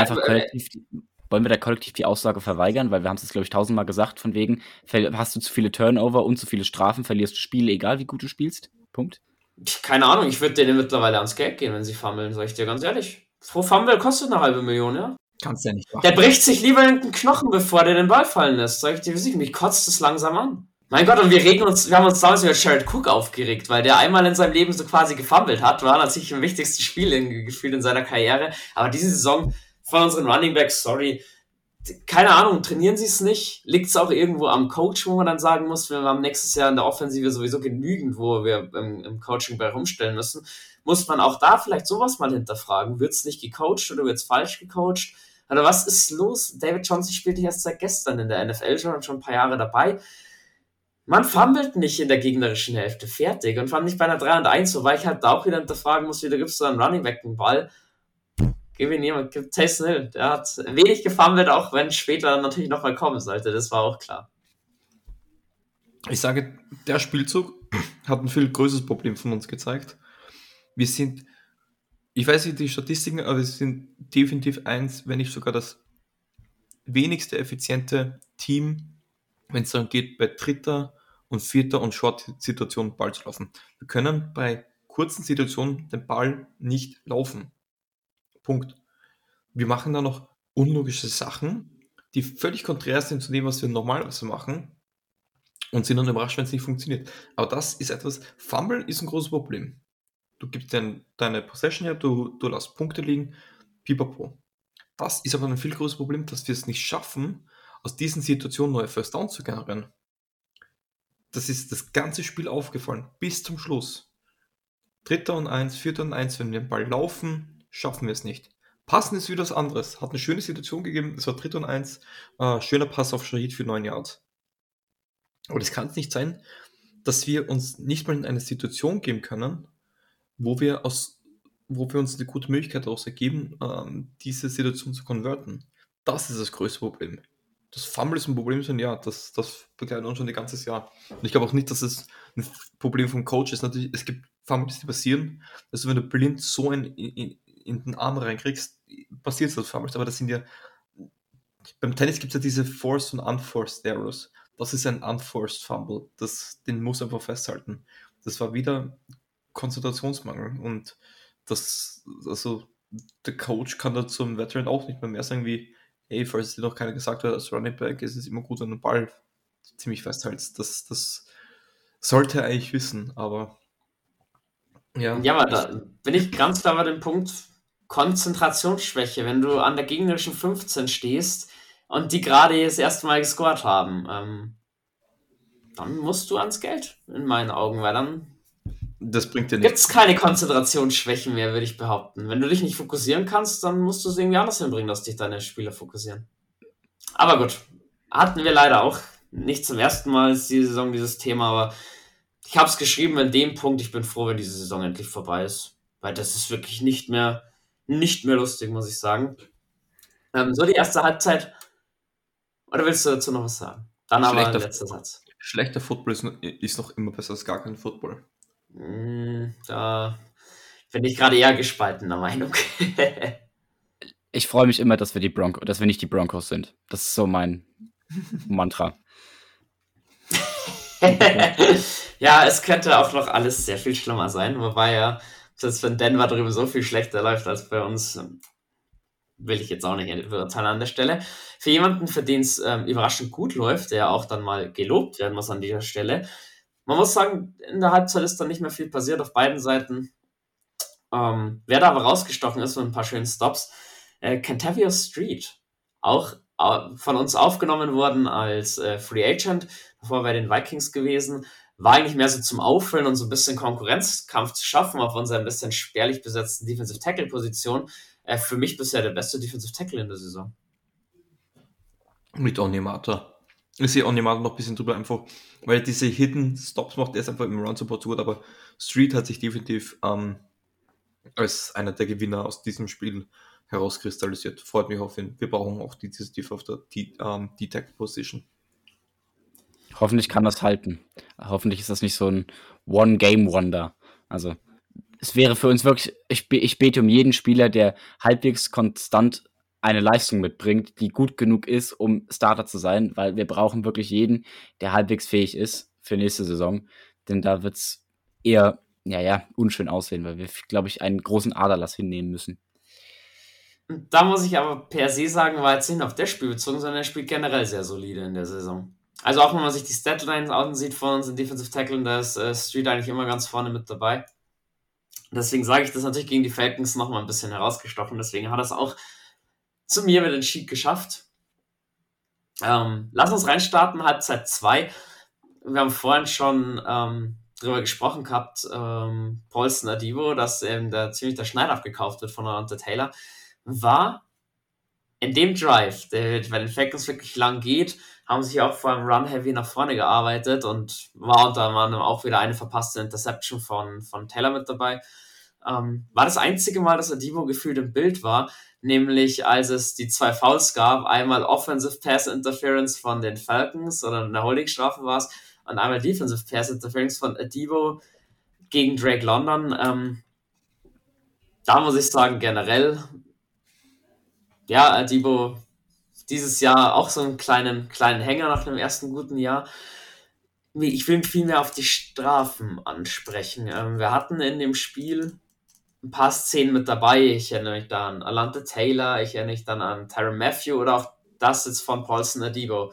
da kollektiv die Aussage verweigern? Weil wir haben es jetzt, glaube ich, 1000-mal gesagt, von wegen, hast du zu viele Turnover und zu viele Strafen, verlierst du Spiele, egal wie gut du spielst. Punkt. Keine Ahnung, ich würde denen mittlerweile ans Geld gehen, wenn sie fummeln, sag ich dir ganz ehrlich. Pro Fumble kostet eine halbe Million, ja? Kannst ja nicht machen. Der bricht sich lieber irgendeinen Knochen, bevor der den Ball fallen lässt, sag ich dir, mich kotzt es langsam an. Mein Gott, und wir haben uns damals über Jared Cook aufgeregt, weil der einmal in seinem Leben so quasi gefummelt hat, war natürlich im wichtigsten Spiel gefühlt in seiner Karriere, aber diese Saison von unseren Running Backs, sorry, keine Ahnung, trainieren sie es nicht? Liegt es auch irgendwo am Coach, wo man dann sagen muss, wir haben nächstes Jahr in der Offensive sowieso genügend, wo wir im Coaching bei rumstellen müssen, muss man auch da vielleicht sowas mal hinterfragen, wird es nicht gecoacht oder wird es falsch gecoacht? Oder was ist los? David Johnson spielt nicht erst seit gestern in der NFL schon ein paar Jahre dabei. Man fummelt nicht in der gegnerischen Hälfte, fertig. Und vor allem nicht bei einer 3 und 1, wobei ich halt da auch wieder hinterfragen muss, wieder gibst du einen Running Back einen Ball. Gib ihn jemand, gib Taysom Hill. Der hat wenig gefummelt, auch wenn später natürlich nochmal kommen sollte, das war auch klar. Ich sage, der Spielzug hat ein viel größeres Problem von uns gezeigt. Wir sind, ich weiß nicht die Statistiken, aber wir sind definitiv eins, wenn nicht sogar das wenigste effiziente Team, wenn es darum geht, bei 3. und 4. und Short-Situationen Ball zu laufen. Wir können bei kurzen Situationen den Ball nicht laufen. Punkt. Wir machen da noch unlogische Sachen, die völlig konträr sind zu dem, was wir normalerweise machen und sind dann überrascht, wenn es nicht funktioniert. Aber das ist etwas, Fumble ist ein großes Problem. Du gibst deine Possession her, du lässt Punkte liegen, pipapo. Das ist aber ein viel größeres Problem, dass wir es nicht schaffen, aus diesen Situationen neue First Down zu generieren. Das ist das ganze Spiel aufgefallen, bis zum Schluss. 3. und 1, 4. und 1, wenn wir den Ball laufen, schaffen wir es nicht. Passen ist wieder was anderes. Hat eine schöne Situation gegeben, es war 3. und 1, schöner Pass auf Shahid für 9 Yards. Aber das kann es nicht sein, dass wir uns nicht mal in eine Situation geben können, wo wir uns eine gute Möglichkeit daraus ergeben, diese Situation zu konverten. Das ist das größte Problem. Das Fumble ist ein Problem, ja, das begleitet uns schon das ganze Jahr. Und ich glaube auch nicht, dass es ein Problem vom Coach ist. Natürlich, es gibt Fumbles, die passieren. Also wenn du blind so in den Arm reinkriegst, passiert das Fumbles. Aber das sind ja, beim Tennis gibt es ja diese Forced und Unforced Errors. Das ist ein Unforced Fumble. Den muss einfach festhalten. Das war wieder Konzentrationsmangel. Und der Coach kann da zum Veteran auch nicht mehr sagen wie, hey, falls dir noch keiner gesagt hat, als Running Back ist es immer gut, wenn du den Ball ziemlich festhältst. Das sollte er eigentlich wissen, aber ja. Ja, aber da bin ich ganz klar bei dem Punkt Konzentrationsschwäche. Wenn du an der gegnerischen 15 stehst und die gerade das erste Mal gescored haben, dann musst du ans Geld, in meinen Augen, weil dann das bringt dir gibt nichts. es keine Konzentrationsschwächen mehr, würde ich behaupten. Wenn du dich nicht fokussieren kannst, dann musst du es irgendwie anders hinbringen, dass dich deine Spieler fokussieren. Aber gut, hatten wir leider auch nicht zum ersten Mal diese Saison dieses Thema, aber ich habe es geschrieben in dem Punkt, ich bin froh, wenn diese Saison endlich vorbei ist, weil das ist wirklich nicht mehr lustig, muss ich sagen. So die erste Halbzeit, oder willst du dazu noch was sagen? Dann aber Schlechter letzter Satz. Schlechter Football ist noch immer besser als gar kein Football. Da bin ich gerade eher gespaltener Meinung. Ich freue mich immer, dass wir nicht die Broncos sind. Das ist so mein Mantra. Ja, es könnte auch noch alles sehr viel schlimmer sein, wobei ja das für Denver drüben so viel schlechter läuft als bei uns, will ich jetzt auch nicht beurteilen an der Stelle. Für jemanden, für den es überraschend gut läuft, der auch dann mal gelobt werden muss an dieser Stelle. Man muss sagen, in der Halbzeit ist dann nicht mehr viel passiert auf beiden Seiten. Wer da aber rausgestochen ist mit ein paar schönen Stops, Kentavious Street. Auch von uns aufgenommen worden als Free Agent, davor bei den Vikings gewesen. War eigentlich mehr so zum Auffüllen und so ein bisschen Konkurrenzkampf zu schaffen auf unserer ein bisschen spärlich besetzten Defensive Tackle Position. Für mich bisher der beste Defensive Tackle in der Saison. Mit Onyemata. Ich sehe Onyemata noch ein bisschen drüber, einfach, weil diese Hidden Stops macht er einfach im Run Support so gut, aber Street hat sich definitiv als einer der Gewinner aus diesem Spiel herauskristallisiert. Freut mich auf ihn. Wir brauchen auch die Tief auf der D-Tackle-Position. Hoffentlich kann das halten. Hoffentlich ist das nicht so ein One-Game-Wonder. Also, es wäre für uns wirklich, ich bete um jeden Spieler, der halbwegs konstant eine Leistung mitbringt, die gut genug ist, um Starter zu sein, weil wir brauchen wirklich jeden, der halbwegs fähig ist für nächste Saison. Denn da wird es eher, unschön aussehen, weil wir, glaube ich, einen großen Aderlass hinnehmen müssen. Da muss ich aber per se sagen, war jetzt nicht auf das Spiel bezogen, sondern er spielt generell sehr solide in der Saison. Also auch wenn man sich die Statlines ansieht von uns in Defensive Tackle, da ist Street eigentlich immer ganz vorne mit dabei. Deswegen sage ich das natürlich gegen die Falcons nochmal ein bisschen herausgestochen. Deswegen hat er es auch zu mir mit den Sheet geschafft. Lass uns reinstarten, Halbzeit 2. Wir haben vorhin schon drüber gesprochen gehabt, Paulson Adebo, dass ziemlich der Schneid abgekauft wird von Alontae Taylor, war in dem Drive, der bei den Falcons wirklich lang geht, haben sich auch vor allem Run-Heavy nach vorne gearbeitet und war unter anderem auch wieder eine verpasste Interception von Taylor mit dabei. War das einzige Mal, dass Adebo gefühlt im Bild war, nämlich als es die 2 Fouls gab, einmal Offensive Pass Interference von den Falcons oder eine Holdingstrafe war es und einmal Defensive Pass Interference von Adebo gegen Drake London. Da muss ich sagen, generell, ja, Adebo dieses Jahr auch so einen kleinen Hänger nach dem ersten guten Jahr. Ich will viel mehr auf die Strafen ansprechen. Wir hatten in dem Spiel ein paar Szenen mit dabei. Ich erinnere mich da an Alontae Taylor, ich erinnere mich dann an Tyrann Mathieu oder auch das jetzt von Paulson Adebo.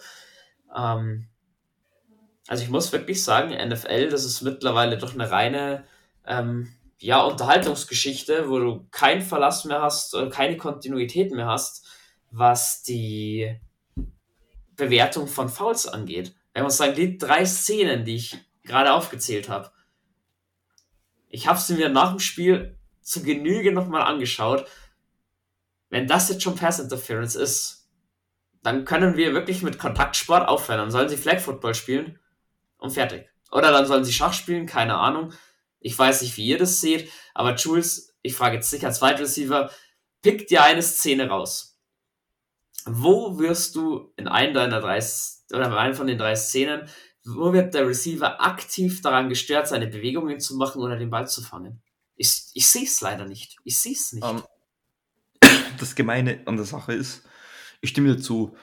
Also ich muss wirklich sagen, NFL, das ist mittlerweile doch eine reine Unterhaltungsgeschichte, wo du keinen Verlass mehr hast, keine Kontinuität mehr hast, was die Bewertung von Fouls angeht. Ich muss sagen, die 3 Szenen, die ich gerade aufgezählt habe, ich habe sie mir nach dem Spiel zu Genüge nochmal angeschaut. Wenn das jetzt schon Pass Interference ist, dann können wir wirklich mit Kontaktsport aufhören. Dann sollen sie Flag Football spielen und fertig. Oder dann sollen sie Schach spielen, keine Ahnung. Ich weiß nicht, wie ihr das seht, aber Jules, ich frage jetzt dich als Wide Receiver, pick dir eine Szene raus. Wo wirst du in einem deiner 3 oder bei einem von den 3 Szenen, wo wird der Receiver aktiv daran gestört, seine Bewegungen zu machen oder den Ball zu fangen? Ich sehe es leider nicht. Ich sehe es nicht. Das Gemeine an der Sache ist, ich stimme dir zu,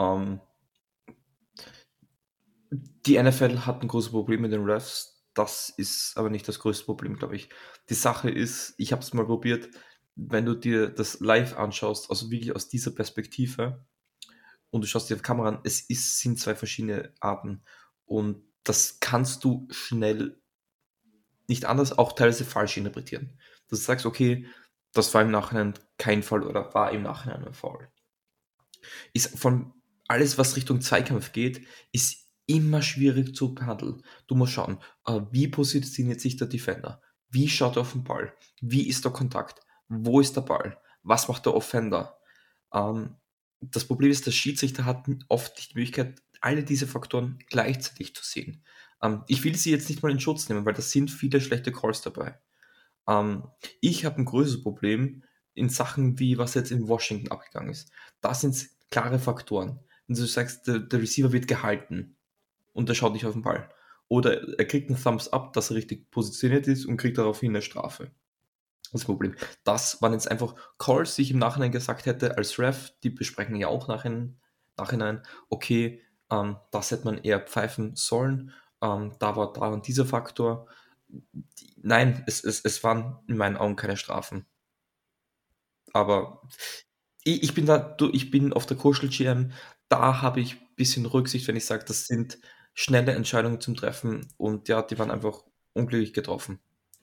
die NFL hat ein großes Problem mit den Refs. Das ist aber nicht das größte Problem, glaube ich. Die Sache ist, ich habe es mal probiert, wenn du dir das live anschaust, also wirklich aus dieser Perspektive, und du schaust dir die Kamera an, sind 2 verschiedene Arten. Und das kannst du schnell nicht anders, auch teilweise falsch interpretieren. Dass du sagst, okay, das war im Nachhinein kein Fall oder war im Nachhinein ein Fall. Ist von alles, was Richtung Zweikampf geht, ist immer schwierig zu behandeln. Du musst schauen, wie positioniert sich der Defender? Wie schaut er auf den Ball? Wie ist der Kontakt? Wo ist der Ball? Was macht der Offender? Das Problem ist, der Schiedsrichter hat oft nicht die Möglichkeit, alle diese Faktoren gleichzeitig zu sehen. Ich will sie jetzt nicht mal in Schutz nehmen, weil da sind viele schlechte Calls dabei. Ich habe ein größeres Problem in Sachen wie, was jetzt in Washington abgegangen ist. Da sind es klare Faktoren. Wenn du sagst, der Receiver wird gehalten und er schaut nicht auf den Ball. Oder er kriegt einen Thumbs Up, dass er richtig positioniert ist und kriegt daraufhin eine Strafe. Das Problem. Das waren jetzt einfach Calls, die ich im Nachhinein gesagt hätte, als Ref, die besprechen ja auch nachhinein, okay, das hätte man eher pfeifen sollen. Da war dieser Faktor. Nein, es waren in meinen Augen keine Strafen. Aber ich bin auf der Coastal GM, da habe ich ein bisschen Rücksicht, wenn ich sage, das sind schnelle Entscheidungen zum Treffen und ja, die waren einfach unglücklich getroffen.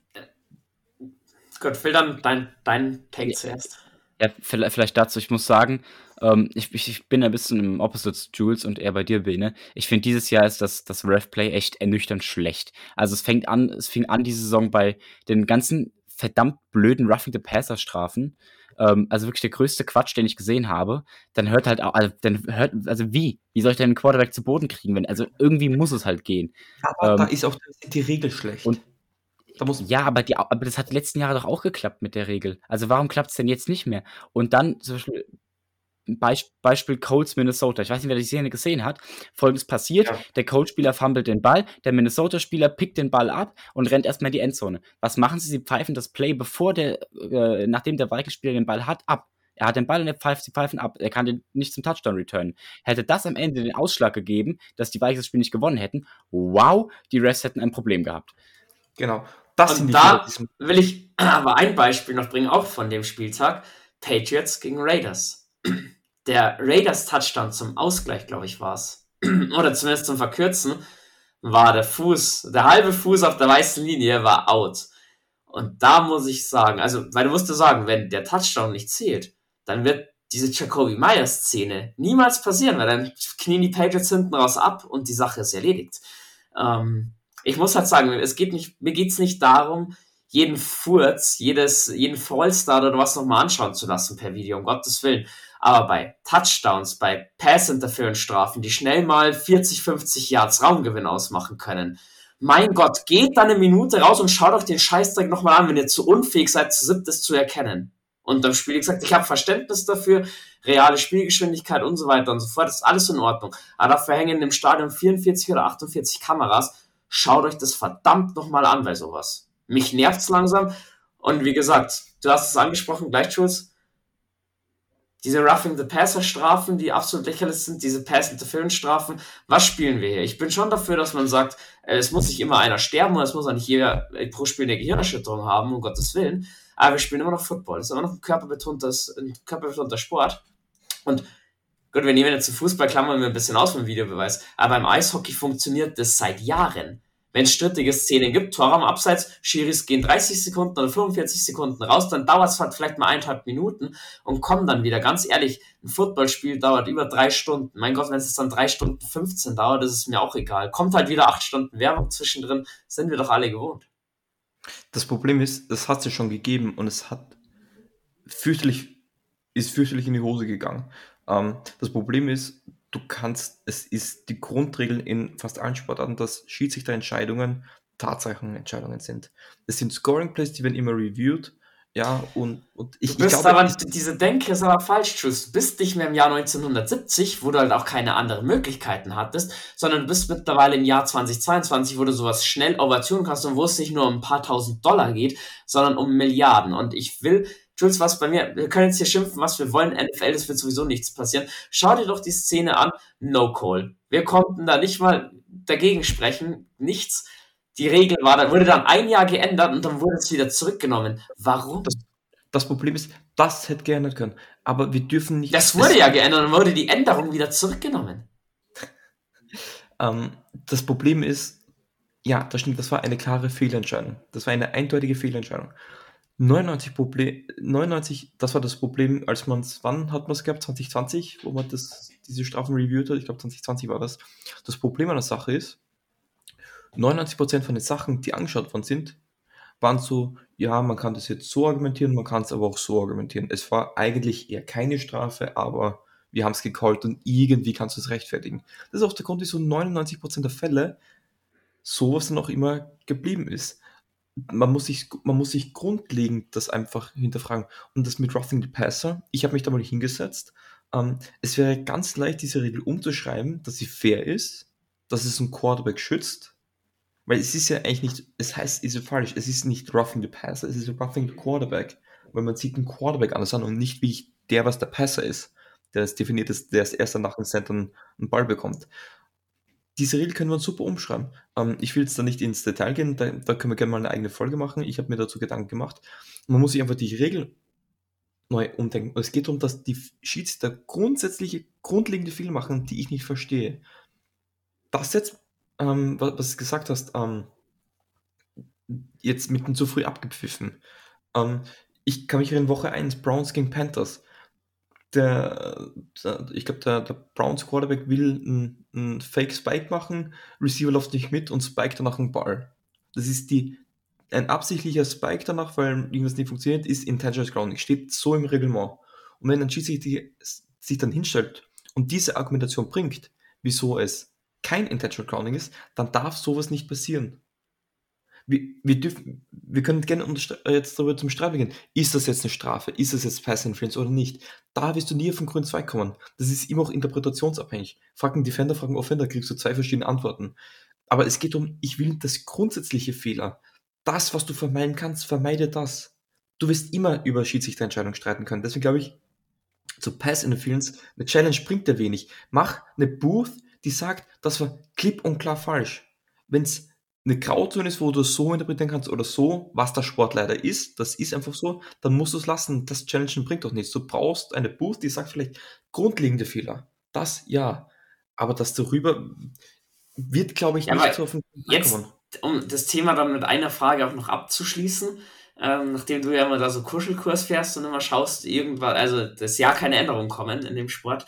Gut, Phil, dann dein Take Ja, zuerst. ja, vielleicht dazu, ich muss sagen, ich bin ein bisschen im Opposite zu Jules und eher bei dir, Bene. Ich finde, dieses Jahr ist das Ref-Play echt ernüchternd schlecht. Also es fing an diese Saison bei den ganzen verdammt blöden Roughing the Passer Strafen. Also wirklich der größte Quatsch, den ich gesehen habe. Dann hört halt auch, also wie soll ich denn einen Quarterback zu Boden kriegen, also irgendwie muss es halt gehen. Aber da Ähm, ist auch die Regel schlecht. und Da muss, ja, aber das hat die letzten Jahre doch auch geklappt mit der Regel. Also warum klappt es denn jetzt nicht mehr? Und dann zum Beispiel Beispiel Colts Minnesota. Ich weiß nicht, wer die Szene gesehen hat. Folgendes passiert: ja, Der Colts-Spieler fummelt den Ball, der Minnesota-Spieler pickt den Ball ab und rennt erstmal in die Endzone. Was machen sie? Sie pfeifen das Play, nachdem der Vikings-Spieler den Ball hat, ab. Er hat den Ball und sie pfeifen ab. Er kann den nicht zum Touchdown returnen. Hätte das am Ende den Ausschlag gegeben, dass die Vikings das Spiel nicht gewonnen hätten, wow, die Refs hätten ein Problem gehabt. genau. Das sind Und die Fehler, da will ich aber ein Beispiel noch bringen, auch von dem Spieltag. Patriots gegen Raiders. Der Raiders-Touchdown zum Ausgleich, glaube ich, war es. Oder zumindest zum Verkürzen, war der halbe Fuß auf der weißen Linie war out. Und da muss ich sagen, also, weil du musst dir sagen, wenn der Touchdown nicht zählt, dann wird diese Jacoby Myers-Szene niemals passieren, weil dann knien die Patriots hinten raus ab und die Sache ist erledigt. Ich muss halt sagen, mir geht's nicht darum, jeden Furz, jeden Fallstart oder was nochmal anschauen zu lassen per Video, um Gottes Willen. Aber bei Touchdowns, bei Pass-Interference-Strafen, die schnell mal 40, 50 Yards Raumgewinn ausmachen können, mein Gott, geht da eine Minute raus und schaut euch den Scheißdreck nochmal an, wenn ihr zu unfähig seid, zu siebt es zu erkennen. Und am Spiel gesagt, ich habe Verständnis dafür, reale Spielgeschwindigkeit und so weiter und so fort, ist alles in Ordnung. Aber dafür hängen im Stadion 44 oder 48 Kameras. Schaut euch das verdammt nochmal an bei sowas. Mich nervt's langsam. Und wie gesagt, du hast es angesprochen, gleich, Jules, diese Roughing the Passer Strafen, die absolut lächerlich sind, diese Pass Interference Strafen, was spielen wir hier? Ich bin schon dafür, dass man sagt, es muss nicht immer einer sterben und es muss auch nicht jeder pro Spiel eine Gehirnerschütterung haben, um Gottes Willen. Aber wir spielen immer noch Football. Das ist immer noch ein körperbetonter Sport. Und gut, wir nehmen jetzt den Fußball, klammern wir ein bisschen aus vom Videobeweis. Aber beim Eishockey funktioniert das seit Jahren. Wenn es strittige Szenen gibt, Tor am Abseits, Schiris gehen 30 Sekunden oder 45 Sekunden raus, dann dauert es halt vielleicht mal 1,5 Minuten und kommen dann wieder. Ganz ehrlich, ein Footballspiel dauert über 3 Stunden. Mein Gott, wenn es dann 3 Stunden 15 dauert, ist es mir auch egal. Kommt halt wieder 8 Stunden Werbung zwischendrin, sind wir doch alle gewohnt. Das Problem ist, das hat es ja schon gegeben und es ist fürchterlich in die Hose gegangen. Das Problem ist, es ist die Grundregel in fast allen Sportarten, dass Schiedsrichterentscheidungen Tatsachenentscheidungen sind. Es sind Scoring Plays, die werden immer reviewed. Ja, und Du bist aber, diese Denke ist aber falsch, Tschüss. Du bist nicht mehr im Jahr 1970, wo du halt auch keine anderen Möglichkeiten hattest, sondern du bist mittlerweile im Jahr 2022, wo du sowas schnell Ovation kannst und wo es nicht nur um ein paar tausend Dollar geht, sondern um Milliarden. Und ich will, Jules, was bei mir, wir können jetzt hier schimpfen, was wir wollen, NFL, das wird sowieso nichts passieren. Schau dir doch die Szene an, No Call. Wir konnten da nicht mal dagegen sprechen, nichts. Die Regel wurde dann ein Jahr geändert und dann wurde es wieder zurückgenommen. Warum? das Problem ist, das hätte geändert können. Aber wir dürfen nicht. Das wurde ja geändert und wurde die Änderung wieder zurückgenommen. Das Problem ist, ja, das stimmt, das war eine klare Fehlentscheidung. Das war eine eindeutige Fehlentscheidung. 99, das war das Problem, wann hat man es gehabt? 2020, wo man diese Strafen reviewt hat. Ich glaube, 2020 war das. Das Problem an der Sache ist, 99% von den Sachen, die angeschaut worden sind, waren so, ja, man kann das jetzt so argumentieren, man kann es aber auch so argumentieren. Es war eigentlich eher keine Strafe, aber wir haben es gecallt und irgendwie kannst du es rechtfertigen. Das ist auch der Grund, wieso 99% der Fälle sowas dann auch immer geblieben ist. Man muss sich grundlegend das einfach hinterfragen. Und das mit Roughing the Passer, ich habe mich da mal hingesetzt. Es wäre ganz leicht, diese Regel umzuschreiben, dass sie fair ist, dass es einen Quarterback schützt. Weil es ist ja eigentlich nicht, ist ja falsch, es ist nicht Roughing the Passer, es ist Roughing the Quarterback. Weil man sieht einen Quarterback anders an und nicht wie was der Passer ist, der es definiert ist, der es erst nach dem Center einen Ball bekommt. diese Regel können wir super umschreiben. Ich will jetzt da nicht ins Detail gehen, da können wir gerne mal eine eigene Folge machen. Ich habe mir dazu Gedanken gemacht. Man muss sich einfach die Regel neu umdenken. Es geht darum, dass die Schiedsrichter grundsätzliche, grundlegende Fehler machen, die ich nicht verstehe. Das jetzt, was du gesagt hast, jetzt mitten zu früh abgepfiffen. Ich kann mich erinnern, Woche 1, Browns gegen Panthers. Ich glaube, der Browns Quarterback will einen Fake Spike machen, Receiver läuft nicht mit und spike danach einen Ball. Das ist ein absichtlicher Spike danach, weil irgendwas nicht funktioniert, ist Intentional Grounding. Steht so im Reglement. Und wenn ein Schiedsrichter sich dann hinstellt und diese Argumentation bringt, wieso es kein Intentional Grounding ist, dann darf sowas nicht passieren. Wir können gerne jetzt darüber zum Streit beginnen. Ist das jetzt eine Strafe? Ist das jetzt Pass Interference oder nicht? Da wirst du nie auf den grünen Zweig kommen. Das ist immer auch interpretationsabhängig. Frag einen Defender, frag einen Offender, kriegst du 2 verschiedene Antworten. Aber es geht um, ich will das grundsätzliche Fehler. Das, was du vermeiden kannst, vermeide das. Du wirst immer über Schiedsrichterentscheidungen streiten können. Deswegen glaube ich, zu Pass Interference, eine Challenge bringt dir wenig. Mach eine Booth, die sagt, das war klipp und klar falsch. Wenn es eine Grauzone ist, wo du so interpretieren kannst oder so, was der Sport leider ist, das ist einfach so, dann musst du es lassen. Das Challengen bringt doch nichts. Du brauchst eine Booth, die sagt vielleicht grundlegende Fehler. Das ja. Aber das darüber wird, glaube ich, Ja, nicht aber so auf den jetzt, kommen. um das Thema dann mit einer Frage auch noch abzuschließen, nachdem du ja immer da so Kuschelkurs fährst und immer schaust, irgendwann, also das Jahr keine Änderungen kommen in dem Sport,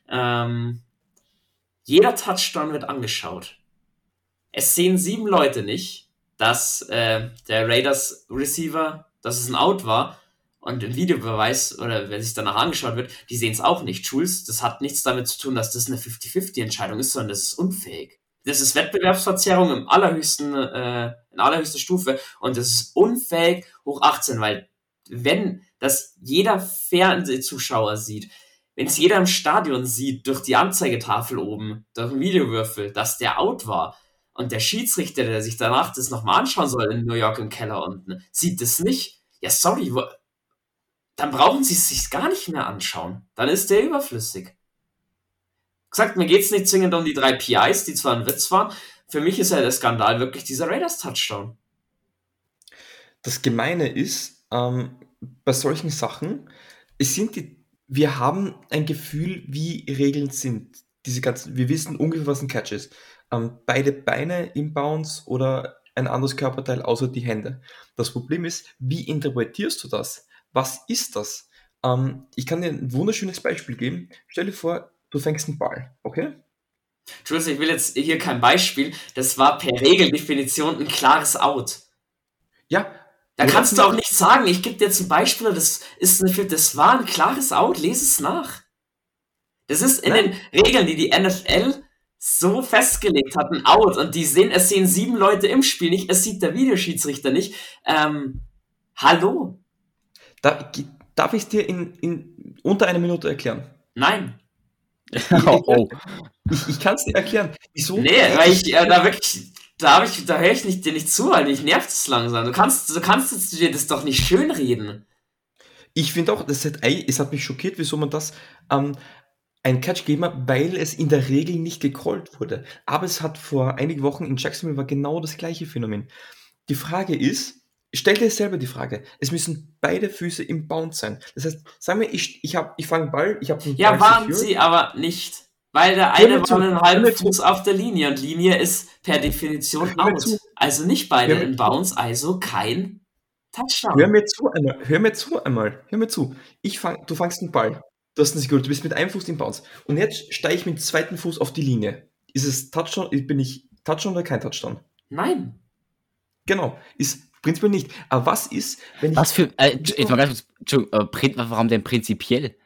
jeder Touchdown wird angeschaut. Es sehen 7 Leute nicht, dass der Raiders Receiver, dass es ein Out war und im Videobeweis oder wenn sich danach angeschaut wird, die sehen es auch nicht. Jules, das hat nichts damit zu tun, dass das eine 50-50-Entscheidung ist, sondern das ist unfähig. Das ist Wettbewerbsverzerrung in allerhöchster Stufe und das ist unfähig hoch 18, weil wenn das jeder Fernsehzuschauer sieht, wenn es jeder im Stadion sieht, durch die Anzeigetafel oben, durch den Videowürfel, dass der Out war, und der Schiedsrichter, der sich danach das nochmal anschauen soll in New York im Keller unten, sieht das nicht. Ja, sorry, dann brauchen sie es sich gar nicht mehr anschauen. Dann ist der überflüssig. Gesagt, mir geht es nicht zwingend um die 3 PIs, die zwar ein Witz waren. Für mich ist ja der Skandal wirklich dieser Raiders-Touchdown. Das Gemeine ist, bei solchen Sachen, wir haben ein Gefühl, wie Regeln sind. Wir wissen ungefähr, was ein Catch ist. Beide Beine im Bounce oder ein anderes Körperteil außer die Hände. Das Problem ist, wie interpretierst du das? Was ist das? Ich kann dir ein wunderschönes Beispiel geben. Stell dir vor, du fängst einen Ball, okay? Jules, ich will jetzt hier kein Beispiel. Das war per Regeldefinition ein klares Out. Ja. Da kannst du auch nicht sagen, ich gebe dir jetzt ein Beispiel, das war ein klares Out, lese es nach. Das ist in den Regeln, die NFL so festgelegt hat, ein Out. Und es sehen 7 Leute im Spiel nicht, es sieht der Videoschiedsrichter nicht. Hallo? Darf ich es dir in unter einer Minute erklären? Nein. Oh. Ich kann es dir erklären. Wieso? Nee, weil da höre ich dir nicht zu, weil mich nervt es langsam. Du kannst dir das doch nicht schönreden. Ich finde auch, es hat mich schockiert, wieso man das ein Catch gegeben hat, weil es in der Regel nicht gecallt wurde. Aber es hat vor einigen Wochen in Jacksonville war genau das gleiche Phänomen. Die Frage ist, stell dir selber die Frage, es müssen beide Füße im Bounce sein. Das heißt, sagen wir, ich fange einen Ball, ich habe einen Ball. Ja, waren sie aber nicht. Weil der eine war einen halben Fuß auf der Linie und Linie ist per Definition out. Also nicht beide in Bounce, also kein Touchdown. Hör mir zu einmal. Du fangst einen Ball. Du hast eine Sekunde, du bist mit einem Fuß im Bounce. Und jetzt steige ich mit dem zweiten Fuß auf die Linie. Ist es Touchdown? Bin ich Touchdown oder kein Touchdown? Nein. Genau, ist prinzipiell nicht. Aber was ist, wenn ich... jetzt mal ganz kurz, warum denn prinzipiell?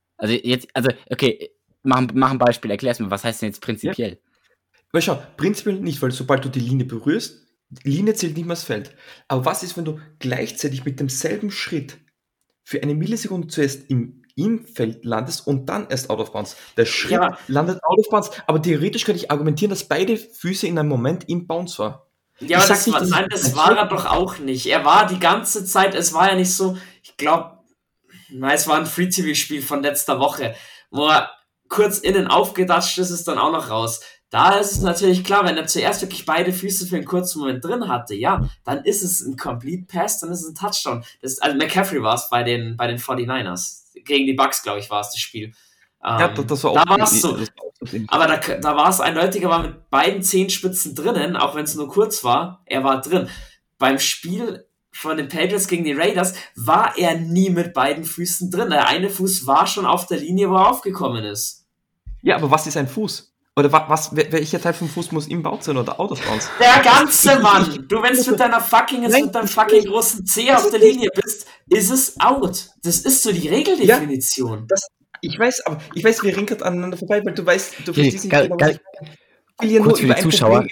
Okay, mach ein Beispiel, erklär's mir, was heißt denn jetzt prinzipiell? Ja. Weil schau, prinzipiell nicht, weil sobald du die Linie berührst, die Linie zählt nicht mehr das Feld. Aber was ist, wenn du gleichzeitig mit demselben Schritt für eine Millisekunde zuerst im Feld landest und dann erst out of bounds? Der Schritt landet out of bounds, aber theoretisch könnte ich argumentieren, dass beide Füße in einem Moment im Bounce waren. Ja, aber das war er doch auch nicht. Er war die ganze Zeit, es war ja nicht so, ich glaube, es war ein Free-TV-Spiel von letzter Woche, wo er kurz innen aufgedatscht ist, ist dann auch noch raus. Da ist es natürlich klar, wenn er zuerst wirklich beide Füße für einen kurzen Moment drin hatte, ja, dann ist es ein Complete Pass, dann ist es ein Touchdown. Also McCaffrey war es bei den 49ers. Gegen die Bucks, glaube ich, war es das Spiel. Ja, das war Da auch, war es so. das war auch das Aber da war es eindeutiger, war mit beiden Zehenspitzen drinnen, auch wenn es nur kurz war, er war drin. Beim Spiel von den Patriots gegen die Raiders war er nie mit beiden Füßen drin. Der eine Fuß war schon auf der Linie, wo er aufgekommen ist. Ja, aber was ist ein Fuß? Oder welcher Teil vom Fuß muss im Bounce sein oder out of bounds? Der ganze Mann! Du, wenn du mit deinem fucking großen Zeh auf der Linie bist, ist es out. Das ist so die Regeldefinition. Ich weiß, wir reden gerade aneinander vorbei, weil du verstehst nicht genau, was ich meine. Ich will ja kurz für die Zuschauer,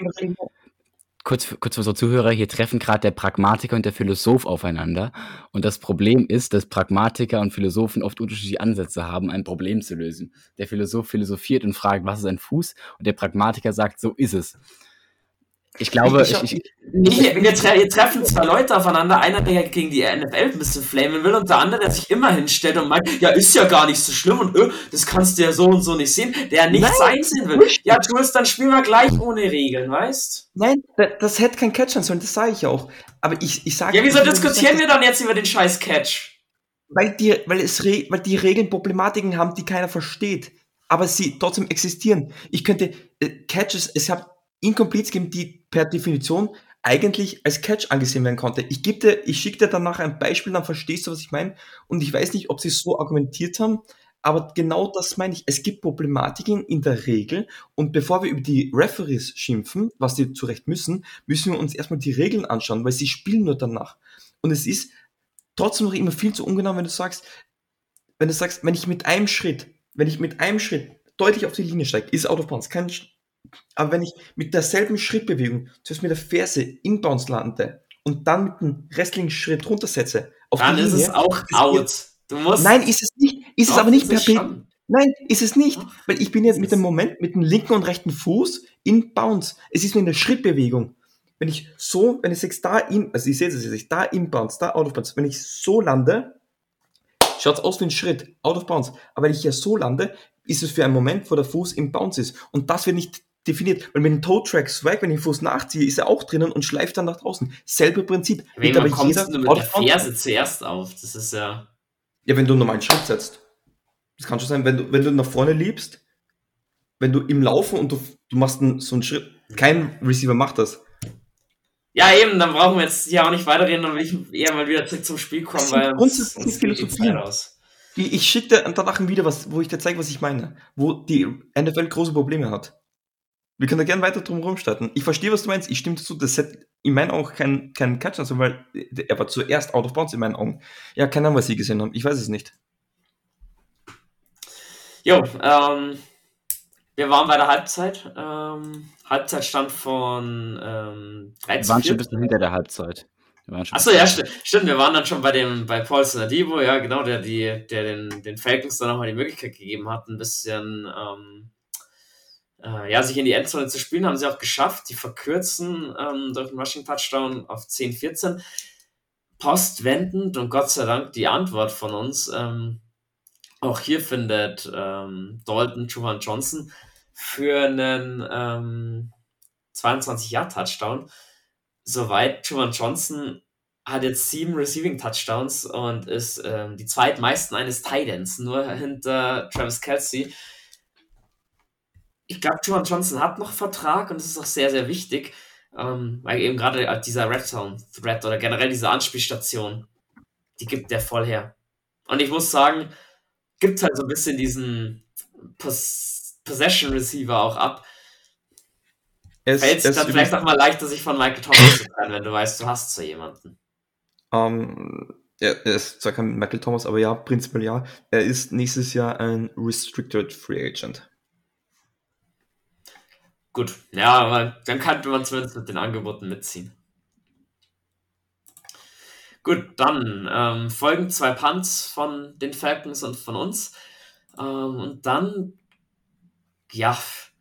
kurz für unsere Zuhörer, hier treffen gerade der Pragmatiker und der Philosoph aufeinander. Und das Problem ist, dass Pragmatiker und Philosophen oft unterschiedliche Ansätze haben, ein Problem zu lösen. Der Philosoph philosophiert und fragt, was ist ein Fuß? Und der Pragmatiker sagt, so ist es. Ich glaube, wir treffen zwei Leute aufeinander, einer, der gegen die NFL ein bisschen flamen will und der andere, der sich immer hinstellt und meint, ja, ist ja gar nicht so schlimm und das kannst du ja so und so nicht sehen, der nichts einsehen will. Ja, Jules, dann spielen wir gleich ohne Regeln, weißt? Nein, das hätte kein Catch sein sollen, das sage ich auch. Aber ich sage... Ja, wieso diskutieren wir dann jetzt über den scheiß Catch? Weil die Regeln Problematiken haben, die keiner versteht, aber sie trotzdem existieren. Ich könnte Catches, es gab Incompletes geben, die per Definition eigentlich als Catch angesehen werden konnte. Ich schicke dir dann nachher ein Beispiel, dann verstehst du, was ich meine. Und ich weiß nicht, ob sie so argumentiert haben, aber genau das meine ich. Es gibt Problematiken in der Regel. Und bevor wir über die Referees schimpfen, was die zu Recht müssen wir uns erstmal die Regeln anschauen, weil sie spielen nur danach. Und es ist trotzdem noch immer viel zu ungenau, wenn du sagst, wenn ich mit einem Schritt deutlich auf die Linie steige, ist out of bounds. Aber wenn ich mit derselben Schrittbewegung zuerst mit der Ferse inbounds lande und dann mit dem restlichen Schritt runtersetze, dann ist es auch out. Nein, ist es nicht. Ist es aber nicht per Nein, ist es nicht. Weil ich bin jetzt mit dem linken und rechten Fuß inbounds. Es ist nur in der Schrittbewegung. Wenn ich da inbounds, da out of bounds, wenn ich so lande, schaut es aus wie ein Schritt, out of bounds. Aber wenn ich ja so lande, ist es für einen Moment, wo der Fuß im Bounce ist. Und das wird nicht definiert. Weil mit dem Toe-Track Swag, wenn ich den Fuß nachziehe, ist er auch drinnen und schleift dann nach draußen. Selbe Prinzip. Wie kommst du mit der Ferse zuerst auf? Das ist ja... Ja, wenn du einen normalen Schritt setzt. Das kann schon sein, wenn du nach vorne liebst, wenn du im Laufen und du machst so einen Schritt. Kein Receiver macht das. Ja, eben, dann brauchen wir jetzt hier auch nicht weiterreden, dann will ich eher mal wieder zurück zum Spiel kommen, weil uns geht die Zeit aus. Ich schicke dir danach ein Video, wo ich dir zeige, was ich meine. Wo die NFL große Probleme hat. Wir können da gerne weiter drum rumstarten. Ich verstehe, was du meinst. Ich stimme dazu, das hätte in meinen Augen kein Catch, also weil er war zuerst out of bounds in meinen Augen. Ja, keine Ahnung, was sie gesehen haben. Ich weiß es nicht. Jo, wir waren bei der Halbzeit. Halbzeitstand von 13. Wir waren schon ein bisschen hinter der Halbzeit. Achso, ja, stimmt. Wir waren dann schon bei Paulson Adebo, ja, genau, der den Falcons dann nochmal die Möglichkeit gegeben hat, ein bisschen sich in die Endzone zu spielen, haben sie auch geschafft. Die verkürzen durch einen Rushing-Touchdown auf 10-14. Postwendend und Gott sei Dank die Antwort von uns. Auch hier findet Dalton Juwan Johnson für einen 22-Yard-Touchdown. Soweit Juwan Johnson hat jetzt 7 Receiving-Touchdowns und ist die zweitmeisten eines Tight Ends, nur hinter Travis Kelce. Ich glaube, Juwan Johnson hat noch Vertrag und das ist auch sehr, sehr wichtig, weil eben gerade dieser Red Zone Threat oder generell diese Anspielstation, die gibt der voll her. Und ich muss sagen, gibt halt so ein bisschen diesen Possession Receiver auch ab. Fällt es dann vielleicht auch mal leichter, sich von Michael Thomas zu trennen, wenn du weißt, du hast so jemanden. Er ist zwar kein Michael Thomas, aber ja, prinzipiell ja. Er ist nächstes Jahr ein Restricted Free Agent. Gut, ja, aber dann könnte man zumindest mit den Angeboten mitziehen. Gut, dann folgen 2 Punts von den Falcons und von uns. Und dann, ja,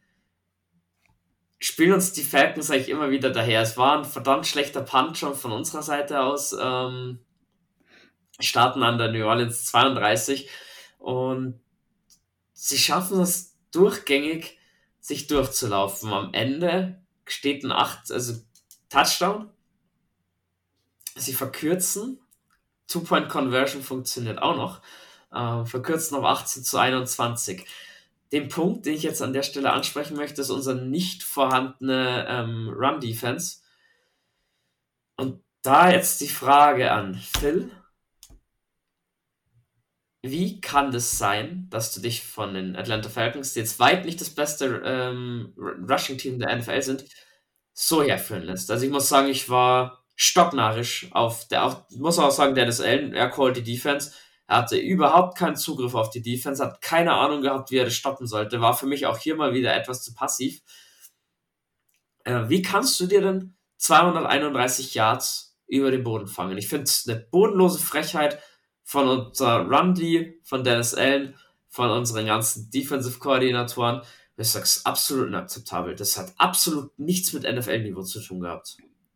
spielen uns die Falcons eigentlich immer wieder daher. Es war ein verdammt schlechter Punt schon von unserer Seite aus. Starten an der New Orleans 32 und sie schaffen es durchgängig, sich durchzulaufen. Am Ende steht ein Touchdown. Sie verkürzen. Two-Point-Conversion funktioniert auch noch. Verkürzen auf 18-21. Den Punkt, den ich jetzt an der Stelle ansprechen möchte, ist unsere nicht vorhandene Run-Defense. Und da jetzt die Frage an Phil. Wie kann das sein, dass du dich von den Atlanta Falcons, die jetzt weit nicht das beste Rushing-Team der NFL sind, so herführen lässt? Also ich muss sagen, ich war stocknarrisch muss auch sagen, Dennis Allen, er called die Defense. Er hatte überhaupt keinen Zugriff auf die Defense, hat keine Ahnung gehabt, wie er das stoppen sollte. War für mich auch hier mal wieder etwas zu passiv. Wie kannst du dir denn 231 Yards über den Boden fangen? Ich finde es eine bodenlose Frechheit von unserer Run-D, von Dennis Allen, von unseren ganzen Defensive-Koordinatoren. Ich sag's absolut inakzeptabel. Das hat absolut nichts mit NFL-Niveau zu tun gehabt.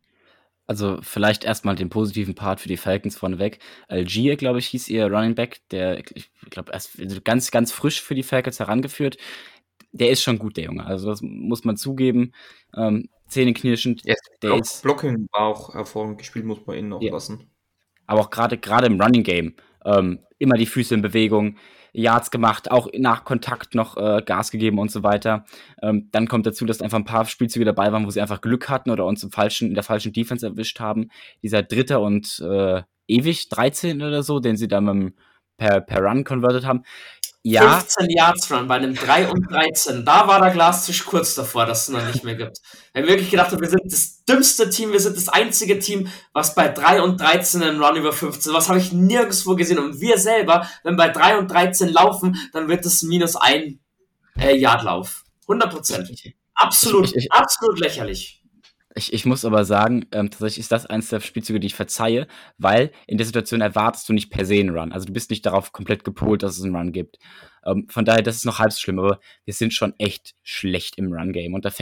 Also vielleicht erstmal den positiven Part für die Falcons vorneweg. Algier, glaube ich, hieß ihr Running Back, der, ich glaube, erst ganz, ganz frisch für die Falcons herangeführt. Der ist schon gut, der Junge. Also das muss man zugeben. Zähneknirschend. Yes, Blocking war auch hervorragend gespielt, muss man ihn noch lassen. Aber auch gerade im Running Game. Immer die Füße in Bewegung, Yards gemacht, auch nach Kontakt noch Gas gegeben und so weiter. Dann kommt dazu, dass einfach ein paar Spielzüge dabei waren, wo sie einfach Glück hatten oder uns in der falschen Defense erwischt haben. Dieser Dritter und ewig 13 oder so, den sie dann per Run converted haben. Ja. 15 Yards Run bei einem 3 und 13. Da war der Glastisch kurz davor, dass es noch nicht mehr gibt. Wir haben wirklich gedacht, wir sind das dümmste Team, wir sind das einzige Team, was bei 3 und 13 einen Run über 15, was habe ich nirgendwo gesehen. Und wir selber, wenn bei 3 und 13 laufen, dann wird das -1 Yard-Lauf. 100%. Absolut lächerlich. Ich muss aber sagen, tatsächlich ist das eins der Spielzüge, die ich verzeihe, weil in der Situation erwartest du nicht per se einen Run. Also du bist nicht darauf komplett gepolt, dass es einen Run gibt. Von daher, das ist noch halb so schlimm, aber wir sind schon echt schlecht im Run-Game. Und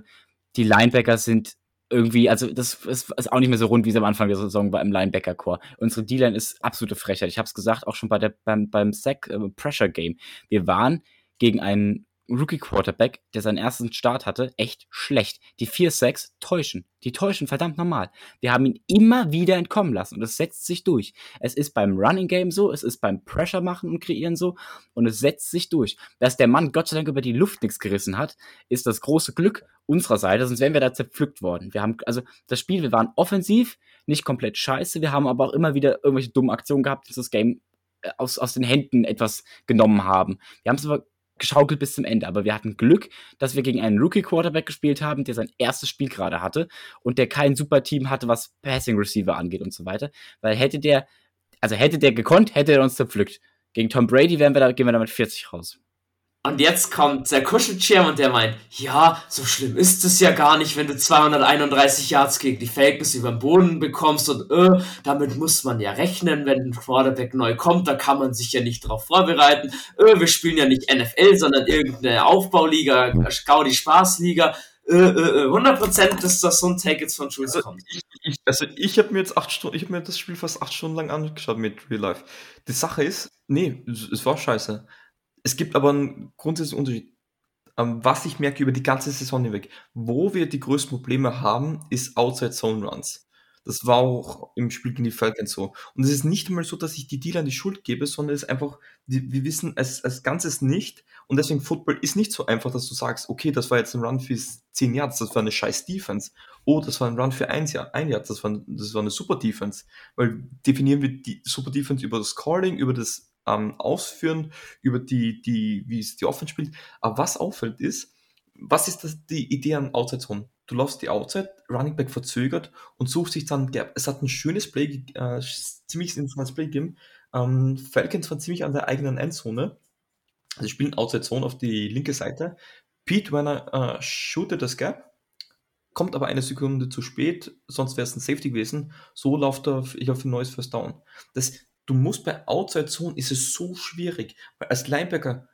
die Linebacker sind irgendwie, also das ist auch nicht mehr so rund, wie es am Anfang der Saison war im Linebacker-Core. Unsere D-Line ist absolute Frechheit. Ich habe es gesagt, auch schon beim Sack-Pressure-Game. Wir waren gegen einen Rookie-Quarterback, der seinen ersten Start hatte, echt schlecht. Die 4 Sacks täuschen. Die täuschen verdammt normal. Wir haben ihn immer wieder entkommen lassen und es setzt sich durch. Es ist beim Running Game so, es ist beim Pressure machen und kreieren so und es setzt sich durch. Dass der Mann Gott sei Dank über die Luft nichts gerissen hat, ist das große Glück unserer Seite, sonst wären wir da zerpflückt worden. Wir waren offensiv nicht komplett scheiße, wir haben aber auch immer wieder irgendwelche dummen Aktionen gehabt, die das Game aus den Händen etwas genommen haben. Wir haben es aber geschaukelt bis zum Ende, aber wir hatten Glück, dass wir gegen einen Rookie-Quarterback gespielt haben, der sein erstes Spiel gerade hatte und der kein super Team hatte, was Passing-Receiver angeht und so weiter, weil hätte der gekonnt, hätte er uns zerpflückt. Gegen Tom Brady gehen wir da mit 40 raus. Und jetzt kommt der Kuschelschirm und der meint, ja, so schlimm ist es ja gar nicht, wenn du 231 Yards gegen die Falcons über den Boden bekommst und damit muss man ja rechnen, wenn ein Quarterback neu kommt, da kann man sich ja nicht drauf vorbereiten. Wir spielen ja nicht NFL, sondern irgendeine Aufbauliga, Gaudi-Spaßliga. 100%, dass das so ein Take jetzt von Schulz kommt. Ich habe mir das Spiel fast 8 Stunden lang angeschaut mit Real Life. Die Sache ist, nee, es war scheiße. Es gibt aber einen grundsätzlichen Unterschied. Was ich merke über die ganze Saison hinweg, wo wir die größten Probleme haben, ist Outside Zone Runs. Das war auch im Spiel gegen die Falcons so. Und es ist nicht einmal so, dass ich die Dealer die Schuld gebe, sondern es ist einfach, wir wissen es als Ganzes nicht. Und deswegen Football ist nicht so einfach, dass du sagst, okay, das war jetzt ein Run für 10 Yards, das war eine scheiß Defense. Oh, das war ein Run für 1 Yard, das war eine super Defense. Weil definieren wir die super Defense über das Calling, über das Ausführen, über wie es die Offense spielt. Aber was auffällt ist, was ist die Idee an Outside Zone? Du laufst die Outside, Running Back verzögert und suchst dich dann Gap. Es hat ein schönes Play, ziemlich interessantes Play gegeben. Falcons waren ziemlich an der eigenen Endzone. Sie spielen Outside Zone auf die linke Seite. Pete Werner shootet das Gap, kommt aber eine Sekunde zu spät, sonst wäre es ein Safety gewesen. So läuft ich auf ein neues First Down. Du musst bei Outside Zone, ist es so schwierig, weil als Linebacker,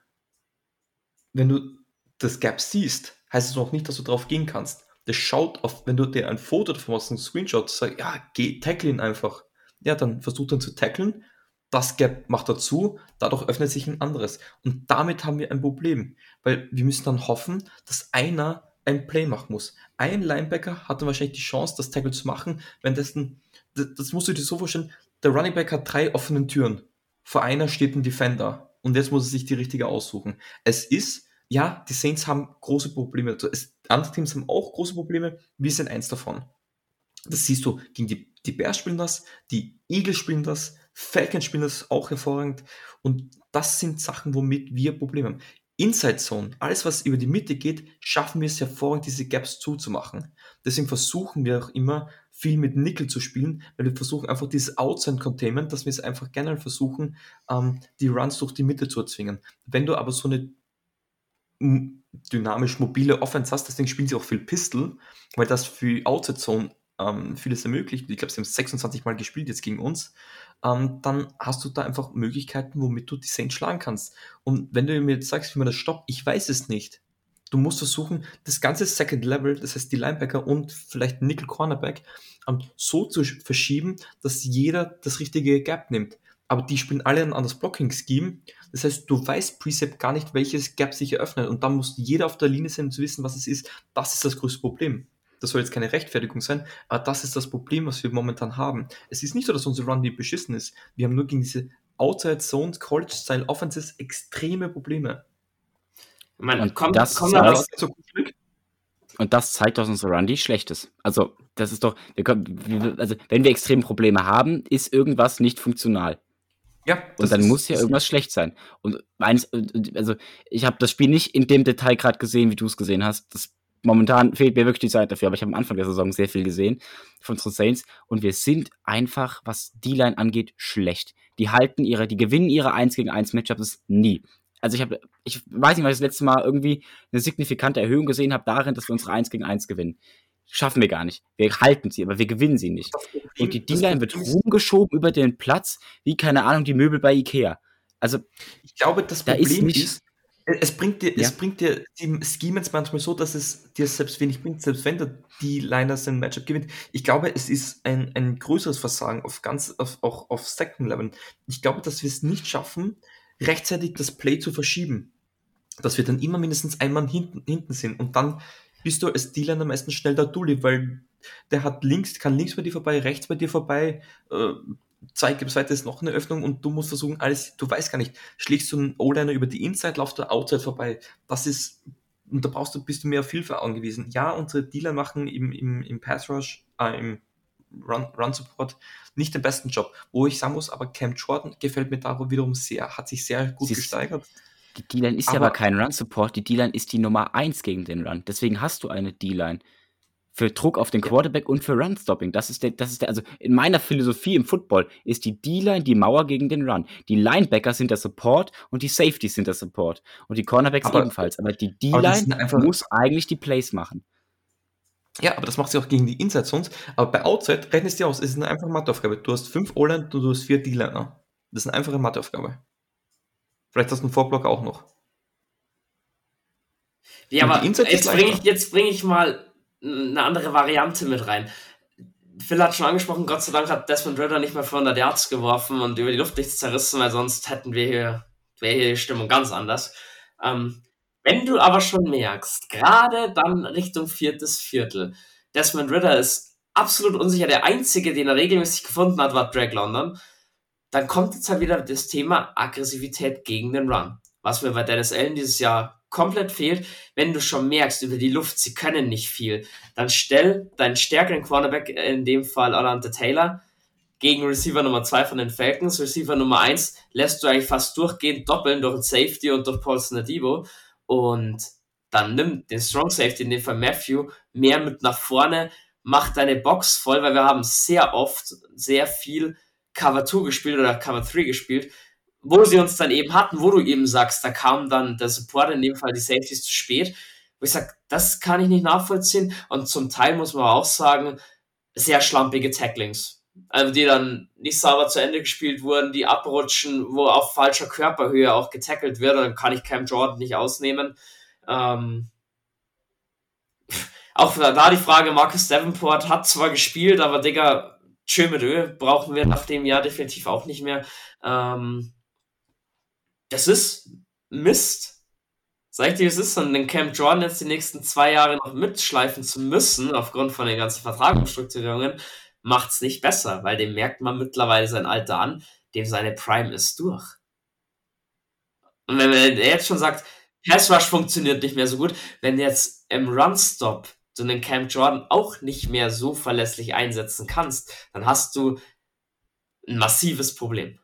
wenn du das Gap siehst, heißt es noch nicht, dass du drauf gehen kannst. Das schaut auf, wenn du dir ein Foto davon machst, einen Screenshot, sagst, ja, tackle ihn einfach. Ja, dann versuch dann zu tacklen, das Gap macht dazu, dadurch öffnet sich ein anderes. Und damit haben wir ein Problem, weil wir müssen dann hoffen, dass einer ein Play machen muss. Ein Linebacker hat dann wahrscheinlich die Chance, das Tackle zu machen, wenn das musst du dir so vorstellen, der Running Back hat 3 offene Türen. Vor einer steht ein Defender und jetzt muss er sich die richtige aussuchen. Die Saints haben große Probleme. Andere Teams haben auch große Probleme, wir sind eins davon. Das siehst du, gegen die Bears spielen das, die Eagles spielen das, Falcons spielen das auch hervorragend und das sind Sachen, womit wir Probleme haben. Inside Zone, alles was über die Mitte geht, schaffen wir es hervorragend, diese Gaps zuzumachen. Deswegen versuchen wir auch immer viel mit Nickel zu spielen, weil wir versuchen einfach dieses Outside Containment, dass wir es einfach generell versuchen, die Runs durch die Mitte zu erzwingen. Wenn du aber so eine dynamisch mobile Offense hast, deswegen spielen sie auch viel Pistol, weil das für Outside Zone vieles ermöglicht. Ich glaube, sie haben 26 Mal gespielt jetzt gegen uns. Dann hast du da einfach Möglichkeiten, womit du die Saints schlagen kannst. Und wenn du mir jetzt sagst, wie man das stoppt, ich weiß es nicht. Du musst versuchen, das ganze Second Level, das heißt die Linebacker und vielleicht Nickel Cornerback, so zu verschieben, dass jeder das richtige Gap nimmt. Aber die spielen alle ein anderes Blocking-Scheme. Das heißt, du weißt Precept gar nicht, welches Gap sich eröffnet. Und dann muss jeder auf der Linie sein, um zu wissen, was es ist. Das ist das größte Problem. Das soll jetzt keine Rechtfertigung sein, aber das ist das Problem, was wir momentan haben. Es ist nicht so, dass unser Run die beschissen ist. Wir haben nur gegen diese Outside Zones, College-Style Offenses extreme Probleme. Und das zeigt, dass unser Run die schlecht ist. Also, das ist doch, wenn wir extreme Probleme haben, ist irgendwas nicht funktional. Ja, und dann muss ja irgendwas schlecht sein. Und ich habe das Spiel nicht in dem Detail gerade gesehen, wie du es gesehen hast. Momentan fehlt mir wirklich die Zeit dafür, aber ich habe am Anfang der Saison sehr viel gesehen von unseren Saints und wir sind einfach, was D-Line angeht, schlecht. Die gewinnen ihre 1 gegen 1 Matchups nie. Also ich weiß nicht, weil ich das letzte Mal irgendwie eine signifikante Erhöhung gesehen habe darin, dass wir unsere 1 gegen 1 gewinnen. Schaffen wir gar nicht. Wir halten sie, aber wir gewinnen sie nicht. Und die D-Line wird rumgeschoben über den Platz, wie, keine Ahnung, die Möbel bei Ikea. Also, ich glaube, das Problem ist, es bringt dir die Schemens manchmal so, dass es dir selbst wenig bringt, selbst wenn der D-Liner sein Matchup gewinnt. Ich glaube, es ist ein größeres Versagen auch auf Second Level. Ich glaube, dass wir es nicht schaffen, rechtzeitig das Play zu verschieben. Dass wir dann immer mindestens ein Mann hinten sind und dann bist du als D-Liner meistens schnell der Dulli, weil der kann links bei dir vorbei, rechts bei dir vorbei, Seite ist noch eine Öffnung und du musst versuchen, du weißt gar nicht, schlägst du einen O-Liner über die Inside, laufst du Outside vorbei. Und da bist du mehr auf Hilfe angewiesen. Ja, unsere Dealer machen im Pass Rush, im Run Support nicht den besten Job. Wo ich sagen muss, aber Cam Jordan gefällt mir da wiederum hat sich sehr gut gesteigert. Die D-Line ist aber kein Run Support, die D-Line ist die Nummer 1 gegen den Run. Deswegen hast du eine D-Line. Für Druck auf den Quarterback und für Run-Stopping. Also in meiner Philosophie im Football ist die D-Line die Mauer gegen den Run. Die Linebacker sind der Support und die Safeties sind der Support. Und die Cornerbacks ebenfalls. Aber die D-Line muss eigentlich die Plays machen. Ja, aber das macht sie auch gegen die Inside-Zones. Aber bei Outside rechnest du aus, es ist eine einfache Matheaufgabe. Du hast 5 O-Line und du hast 4 D-Liner. Das ist eine einfache Matheaufgabe. Vielleicht hast du einen Vorblock auch noch. Ja, aber jetzt bring ich mal eine andere Variante mit rein. Phil hat schon angesprochen, Gott sei Dank hat Desmond Ridder nicht mehr 400 Yards geworfen und über die Luft nichts zerrissen, weil sonst wäre hier die Stimmung ganz anders. Wenn du aber schon merkst, gerade dann Richtung 4. Viertel, Desmond Ridder ist absolut unsicher, der Einzige, den er regelmäßig gefunden hat, war Drake London, dann kommt jetzt halt wieder das Thema Aggressivität gegen den Run, was mir bei Dennis Allen dieses Jahr komplett fehlt. Wenn du schon merkst, über die Luft, sie können nicht viel, dann stell deinen stärkeren Cornerback, in dem Fall Alontae Taylor, gegen Receiver Nummer 2 von den Falcons. Receiver Nummer 1 lässt du eigentlich fast durchgehend doppeln durch ein Safety und durch Paulson Adebo und dann nimm den Strong Safety, in dem Fall Matthew, mehr mit nach vorne, mach deine Box voll, weil wir haben sehr oft sehr viel Cover 2 gespielt oder Cover 3 gespielt, wo sie uns dann eben hatten, wo du eben sagst, da kam dann der Support, in dem Fall die Safeties, zu spät, wo ich sage, das kann ich nicht nachvollziehen und zum Teil muss man auch sagen, sehr schlampige Tacklings, also die dann nicht sauber zu Ende gespielt wurden, die abrutschen, wo auf falscher Körperhöhe auch getackelt wird, und dann kann ich Cam Jordan nicht ausnehmen. Auch da die Frage, Marcus Davenport hat zwar gespielt, aber Digga, schön mit Öl, brauchen wir nach dem Jahr definitiv auch nicht mehr. Das ist Mist, Sag ich dir, wie es ist, und den Cam Jordan jetzt die nächsten 2 Jahre noch mitschleifen zu müssen, aufgrund von den ganzen Vertragsstrukturierungen, macht's nicht besser, weil dem merkt man mittlerweile sein Alter an, dem seine Prime ist durch. Und wenn er jetzt schon sagt, Pass Rush funktioniert nicht mehr so gut, wenn jetzt im Run-Stop du einen Cam Jordan auch nicht mehr so verlässlich einsetzen kannst, dann hast du ein massives Problem.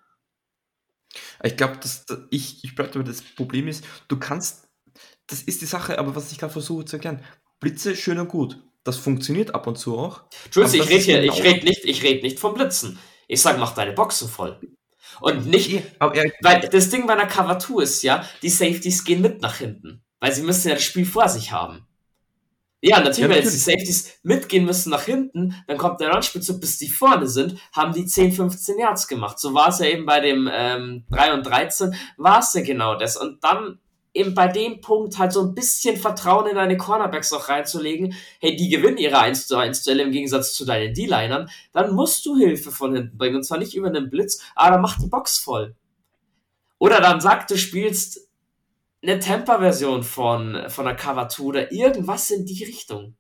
Ich glaube, ich bleibe dabei, das Problem ist, du kannst, das ist die Sache, aber was ich gerade versuche zu erklären, Blitze schön und gut. Das funktioniert ab und zu auch. Jules, Aber ich das rede ist hier, genau. ich red nicht vom Blitzen. Ich sag, mach deine Boxen voll. Und nicht, Aber weil das Ding bei einer Cover 2 ist ja, die Safeties gehen mit nach hinten. Weil sie müssen ja das Spiel vor sich haben. Ja, natürlich, Ja, wenn jetzt die natürlich. Safeties mitgehen müssen nach hinten, dann kommt der Run-Spielzug, bis die vorne sind, haben die 10, 15 Yards gemacht. So war es ja eben bei dem 3 und 13, war es ja genau das. Und dann eben bei dem Punkt halt so ein bisschen Vertrauen in deine Cornerbacks auch reinzulegen, hey, die gewinnen ihre 1 zu 1 Duelle im Gegensatz zu deinen D-Linern, dann musst du Hilfe von hinten bringen. Und zwar nicht über einen Blitz, aber dann mach die Box voll. Oder dann sag, du spielst eine Temper-Version von der Cover 2 oder irgendwas in die Richtung.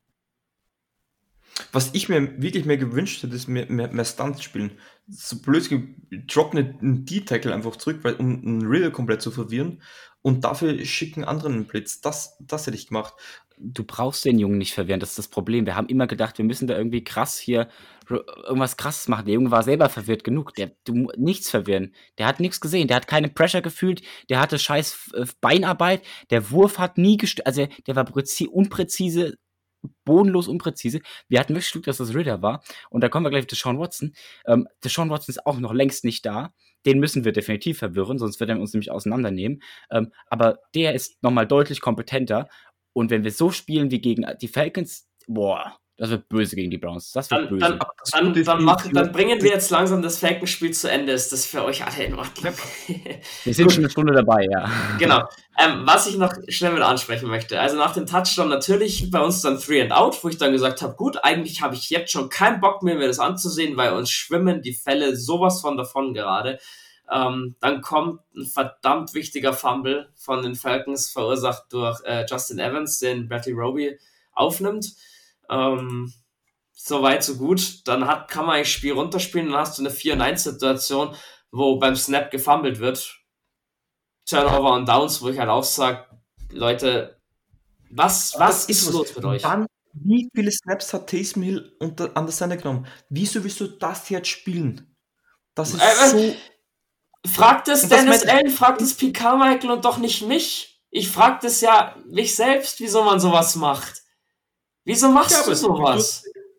Was ich mir wirklich mehr gewünscht hätte, ist mehr Stunts spielen. So blöd, drop einen D-Tackle einfach zurück, um einen Riddle komplett zu verwirren und dafür schicken anderen einen Blitz. Das hätte ich gemacht. Du brauchst den Jungen nicht verwehren, das ist das Problem. Wir haben immer gedacht, wir müssen da irgendwie krass hier irgendwas krasses machen. Der Junge war selber verwirrt genug. Nichts verwirren. Der hat nichts gesehen, der hat keine Pressure gefühlt, der hatte scheiß Beinarbeit, der Wurf hat nie also der war unpräzise, bodenlos unpräzise. Wir hatten wirklich Glück, dass das Ridder war. Und da kommen wir gleich zu Deshaun Watson. Deshaun Watson ist auch noch längst nicht da. Den müssen wir definitiv verwirren, sonst wird er uns nämlich auseinandernehmen. Aber der ist nochmal deutlich kompetenter. Und wenn wir so spielen wie gegen die Falcons, boah, das wird böse gegen die Browns. Das wird böse. Dann bringen wir jetzt langsam das Falcons-Spiel zu Ende. Ist das für euch alle in Ordnung? Wir sind schon eine Stunde dabei, ja. Genau. Was ich noch schnell mit ansprechen möchte. Also nach dem Touchdown natürlich bei uns dann 3 and Out, wo ich dann gesagt habe, gut, eigentlich habe ich jetzt schon keinen Bock mehr, mir das anzusehen, weil uns schwimmen die Fälle sowas von davon gerade. Dann kommt ein verdammt wichtiger Fumble von den Falcons, verursacht durch Justin Evans, den Bradley Roby aufnimmt. So weit, so gut. Dann kann man das Spiel runterspielen, dann hast du eine 4-9-Situation, wo beim Snap gefummelt wird. Turnover und Downs, wo ich halt auch sage, Leute, was ist los mit euch? Wie viele Snaps hat Taysom Hill an der Seite genommen? Wieso willst du das jetzt spielen? Das ist so... Fragt es Dennis Allen, fragt es Pete Carmichael und doch nicht mich. Ich frag das ja mich selbst, wieso man sowas macht. Wieso machst du sowas?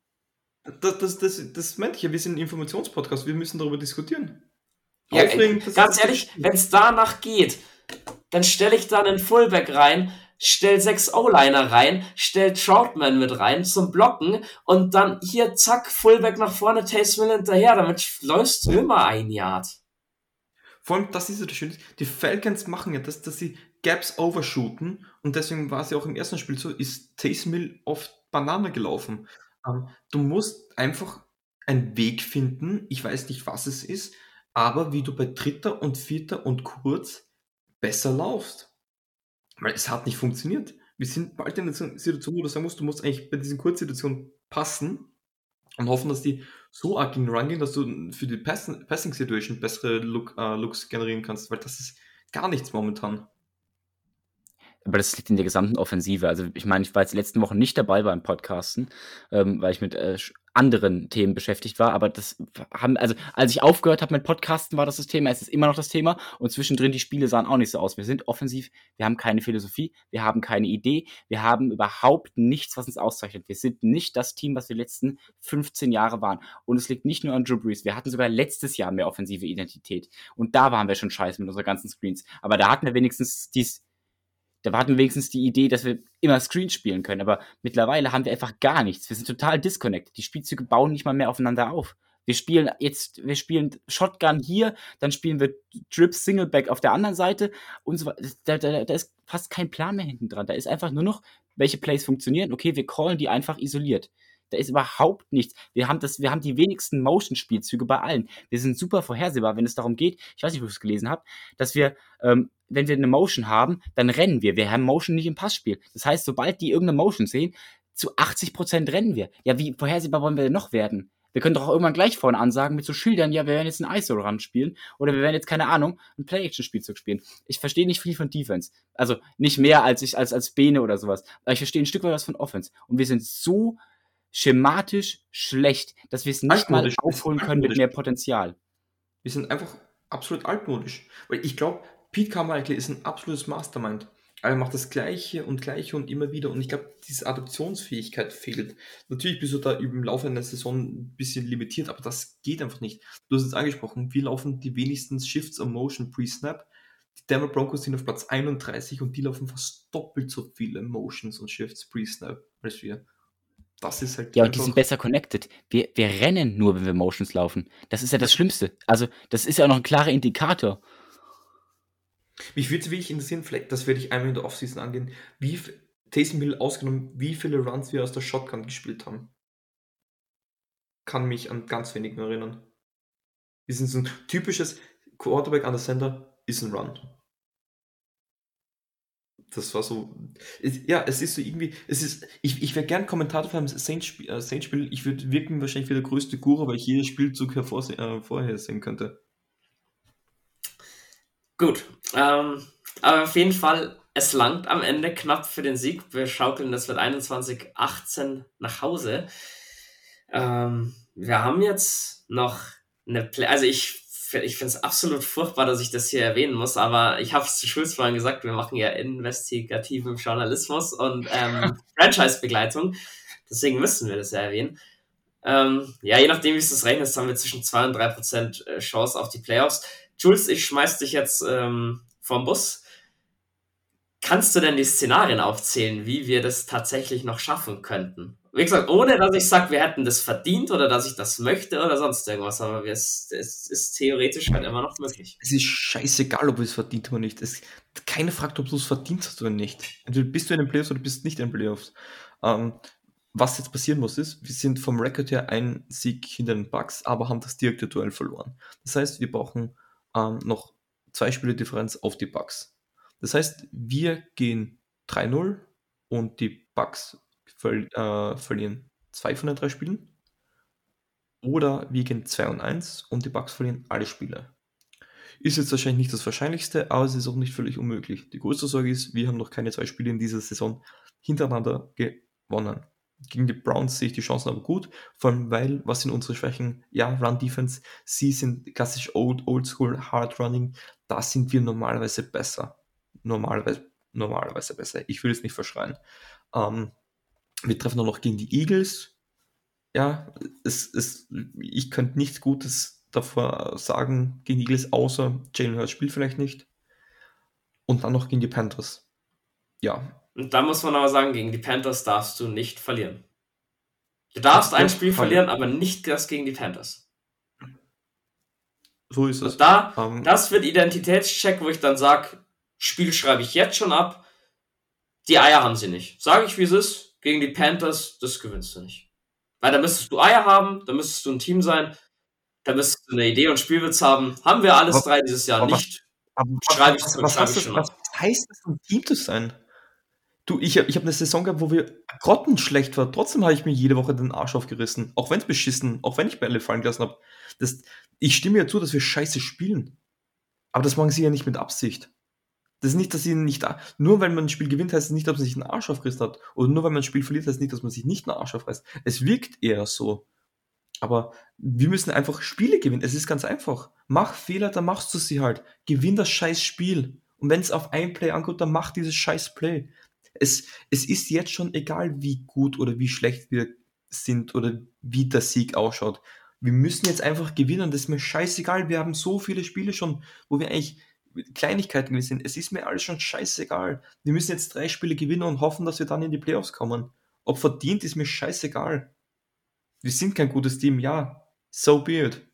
Das meinte ich ja, wir sind ein Informationspodcast, wir müssen darüber diskutieren. Ja, ganz ehrlich, wenn es danach geht, dann stelle ich da einen Fullback rein, stell 6 O-Liner rein, stell Troutman mit rein zum Blocken und dann hier, zack, Fullback nach vorne, Taysom Hill hinterher, damit läufst du immer 1 Yard. Vor allem, das ist ja das Schöne, die Falcons machen ja das, dass sie Gaps overshooten und deswegen war es ja auch im ersten Spiel so, ist Taysom Hill oft Banane gelaufen. Du musst einfach einen Weg finden, ich weiß nicht, was es ist, aber wie du bei 3. und 4. und kurz besser laufst. Weil es hat nicht funktioniert. Wir sind bald in einer Situation, wo du sagen musst, du musst eigentlich bei diesen Kurzsituationen passen und hoffen, dass die so arg in den Run gehen, dass du für die Passing-Situation bessere Looks generieren kannst, weil das ist gar nichts momentan. Aber das liegt in der gesamten Offensive. Also ich meine, ich war jetzt die letzten Wochen nicht dabei beim Podcasten, weil ich mit anderen Themen beschäftigt war. Aber als ich aufgehört habe mit Podcasten, war das Thema. Es ist immer noch das Thema. Und zwischendrin, die Spiele sahen auch nicht so aus. Wir sind offensiv, wir haben keine Philosophie, wir haben keine Idee, wir haben überhaupt nichts, was uns auszeichnet. Wir sind nicht das Team, was wir die letzten 15 Jahre waren. Und es liegt nicht nur an Drew Brees. Wir hatten sogar letztes Jahr mehr offensive Identität. Und da waren wir schon scheiße mit unseren ganzen Screens. Aber da hatten wir wenigstens die Idee, dass wir immer Screens spielen können. Aber mittlerweile haben wir einfach gar nichts. Wir sind total disconnected. Die Spielzüge bauen nicht mal mehr aufeinander auf. Wir spielen Shotgun hier, dann spielen wir Drip Singleback auf der anderen Seite und so weiter. Da ist fast kein Plan mehr hinten dran. Da ist einfach nur noch, welche Plays funktionieren. Okay, wir callen die einfach isoliert. Da ist überhaupt nichts. Wir haben die wenigsten Motion-Spielzüge bei allen. Wir sind super vorhersehbar, wenn es darum geht, ich weiß nicht, wo ich es gelesen habe, dass wir, wenn wir eine Motion haben, dann rennen wir. Wir haben Motion nicht im Passspiel. Das heißt, sobald die irgendeine Motion sehen, zu 80% rennen wir. Ja, wie vorhersehbar wollen wir denn noch werden? Wir können doch auch irgendwann gleich vorne ansagen mit so Schildern, ja, wir werden jetzt ein ISO-Run spielen oder wir werden jetzt, keine Ahnung, ein Play-Action-Spielzeug spielen. Ich verstehe nicht viel von Defense. Also nicht mehr als ich als Bene oder sowas. Aber ich verstehe ein Stück weit was von Offense. Und wir sind so schematisch schlecht, dass wir es nicht mal Altmodisch. aufholen können mit mehr Potenzial. Wir sind einfach absolut altmodisch. Weil ich glaube, Pete Carmichael ist ein absolutes Mastermind. Aber er macht das Gleiche und immer wieder. Und ich glaube, diese Adaptionsfähigkeit fehlt. Natürlich bist du da im Laufe einer Saison ein bisschen limitiert, aber das geht einfach nicht. Du hast es angesprochen, wir laufen die wenigsten Shifts am Motion pre-Snap. Die Denver Broncos sind auf Platz 31 und die laufen fast doppelt so viele Motions und Shifts pre-Snap als wir. Das ist halt Ja, und die sind besser connected. Wir rennen nur, wenn wir Motions laufen. Das ist ja das Schlimmste. Also, das ist ja auch noch ein klarer Indikator. Mich würde es wirklich interessieren, vielleicht, das werde ich einmal in der Offseason angehen, Taysom Hill ausgenommen, wie viele Runs wir aus der Shotgun gespielt haben. Kann mich an ganz wenigen erinnern. Wir sind so ein typisches Quarterback an der Center, ist ein Run. Das war so. Es ist so irgendwie. Ich wäre gern Kommentator für ein Saints-Spiel. Ich würde wirken wahrscheinlich wie der größte Guru, weil ich jedes Spielzug vorhersehen könnte. Gut, aber auf jeden Fall, es langt am Ende knapp für den Sieg. Wir schaukeln das mit 21-18 nach Hause. Wir haben jetzt noch eine also ich finde es absolut furchtbar, dass ich das hier erwähnen muss, aber ich habe es zu Schulz vorhin gesagt, wir machen ja investigativen Journalismus und Franchise-Begleitung, deswegen müssen wir das ja erwähnen. Ja, je nachdem, wie es das rechnet, haben wir zwischen 2 und 3% Chance auf die Playoffs. Jules, ich schmeiß dich jetzt vom Bus. Kannst du denn die Szenarien aufzählen, wie wir das tatsächlich noch schaffen könnten? Wie gesagt, ohne dass ich sage, wir hätten das verdient oder dass ich das möchte oder sonst irgendwas, aber es ist theoretisch halt immer noch möglich. Es ist scheißegal, ob wir es verdient haben oder nicht. Keiner fragt, ob du es verdient hast oder nicht. Entweder bist du in den Playoffs oder bist nicht in den Playoffs. Was jetzt passieren muss, ist, wir sind vom Rekord her ein Sieg hinter den Bucks, aber haben das direkte Duell verloren. Das heißt, wir brauchen noch 2 Spiele Differenz auf die Bucks. Das heißt, wir gehen 3-0 und die Bucks verlieren 2 von den 3 Spielen. Oder wir gehen 2-1 und die Bucks verlieren alle Spiele. Ist jetzt wahrscheinlich nicht das Wahrscheinlichste, aber es ist auch nicht völlig unmöglich. Die größte Sorge ist, wir haben noch keine 2 Spiele in dieser Saison hintereinander gewonnen. Gegen die Browns sehe ich die Chancen aber gut, vor allem weil, was sind unsere Schwächen? Ja, Run-Defense, sie sind klassisch Oldschool, Hard-Running, da sind wir normalerweise besser. Normalerweise besser. Ich will es nicht verschreien. Wir treffen auch noch gegen die Eagles. Ja, ich könnte nichts Gutes davor sagen gegen die Eagles, außer Jalen Hurts spielt vielleicht nicht. Und dann noch gegen die Panthers. Ja. Und da muss man aber sagen, gegen die Panthers darfst du nicht verlieren. Du darfst ein Spiel verlieren, aber nicht das gegen die Panthers. So ist es. Und das wird Identitätscheck, wo ich dann sage, Spiel schreibe ich jetzt schon ab. Die Eier haben sie nicht. Sage ich, wie es ist, gegen die Panthers, das gewinnst du nicht. Weil da müsstest du Eier haben, da müsstest du ein Team sein, da müsstest du eine Idee und Spielwitz haben. Haben wir alles 3 dieses Jahr nicht. Schreibe ich schon ab. Was heißt das, ein Team zu sein? Du, ich hab eine Saison gehabt, wo wir grottenschlecht waren. Trotzdem habe ich mir jede Woche den Arsch aufgerissen. Auch wenn es beschissen, auch wenn ich Bälle fallen gelassen habe. Ich stimme ja zu, dass wir scheiße spielen. Aber das machen sie ja nicht mit Absicht. Das ist nicht, dass sie nicht, nur weil man ein Spiel gewinnt, heißt es nicht, dass man sich einen Arsch aufgerissen hat. Oder nur weil man ein Spiel verliert, heißt es nicht, dass man sich nicht einen Arsch aufreißt. Es wirkt eher so. Aber wir müssen einfach Spiele gewinnen. Es ist ganz einfach. Mach Fehler, dann machst du sie halt. Gewinn das scheiß Spiel. Und wenn es auf ein Play ankommt, dann mach dieses scheiß Play. Es ist jetzt schon egal, wie gut oder wie schlecht wir sind oder wie der Sieg ausschaut. Wir müssen jetzt einfach gewinnen. Das ist mir scheißegal. Wir haben so viele Spiele schon, wo wir eigentlich Kleinigkeiten gewinnen sind. Es ist mir alles schon scheißegal. Wir müssen jetzt 3 Spiele gewinnen und hoffen, dass wir dann in die Playoffs kommen. Ob verdient, ist mir scheißegal. Wir sind kein gutes Team, ja. So be it.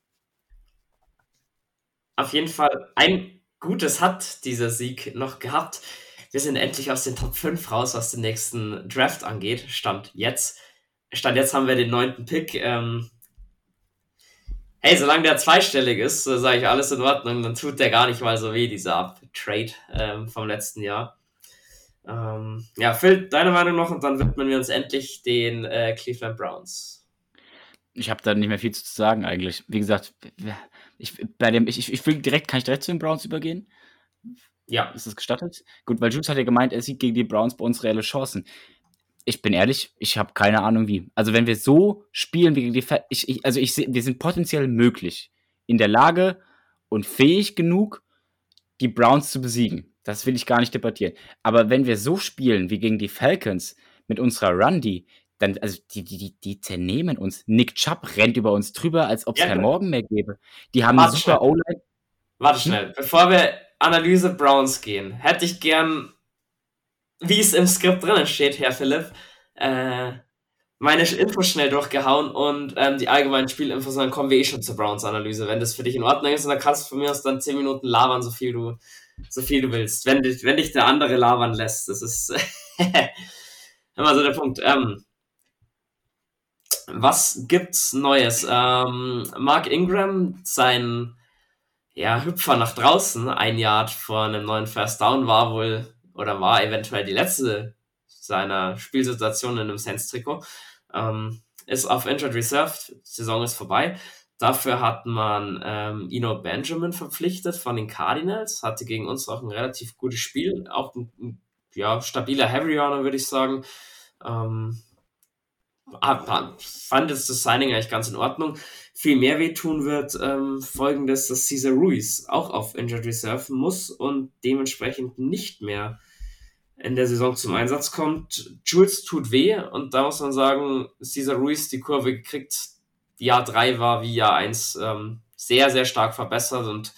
Auf jeden Fall, ein Gutes hat dieser Sieg noch gehabt. Wir sind endlich aus den Top 5 raus, was den nächsten Draft angeht. Stand jetzt. Stand jetzt haben wir den 9. Pick. Hey, solange der zweistellig ist, sage ich alles in Ordnung, dann tut der gar nicht mal so weh, dieser Trade vom letzten Jahr. Ja, Phil, deine Meinung noch und dann widmen wir uns endlich den Cleveland Browns. Ich habe da nicht mehr viel zu sagen eigentlich. Wie gesagt, kann ich direkt zu den Browns übergehen? Ja. Ist das gestattet? Gut, weil Jules hat ja gemeint, er sieht gegen die Browns bei uns reelle Chancen. Ich bin ehrlich, ich habe keine Ahnung wie. Also wenn wir so spielen wie gegen die wir sind potenziell möglich, in der Lage und fähig genug, die Browns zu besiegen. Das will ich gar nicht debattieren. Aber wenn wir so spielen wie gegen die Falcons mit unserer Run-D, dann, also die zernehmen uns. Nick Chubb rennt über uns drüber, als ob es kein Morgen mehr gäbe. Die haben eine super O-Line. Warte schnell, bevor wir Analyse Browns gehen, hätte ich gern, wie es im Skript drinnen steht, Herr Philipp, meine Infos schnell durchgehauen und die allgemeinen Spielinfos, dann kommen wir schon zur Browns-Analyse. Wenn das für dich in Ordnung ist, dann kannst du von mir aus dann 10 Minuten labern, so viel du willst. Wenn dich der andere labern lässt, das ist immer so der Punkt. Was gibt's Neues? Mark Ingram, sein Hüpfer nach draußen, 1 Yard vor einem neuen First Down, war eventuell die letzte seiner Spielsituation in einem Saints-Trikot. Ist auf Injured Reserve, Saison ist vorbei. Dafür hat man Eno Benjamin verpflichtet von den Cardinals, hatte gegen uns auch ein relativ gutes Spiel, auch ein stabiler Heavy Runner, würde ich sagen. Fand das Signing eigentlich ganz in Ordnung. Viel mehr wehtun wird folgendes, dass Cesar Ruiz auch auf Injured Reserve muss und dementsprechend nicht mehr in der Saison zum Einsatz kommt. Jules tut weh und da muss man sagen, Cesar Ruiz die Kurve gekriegt. Jahr 3 war wie Jahr 1 sehr, sehr stark verbessert und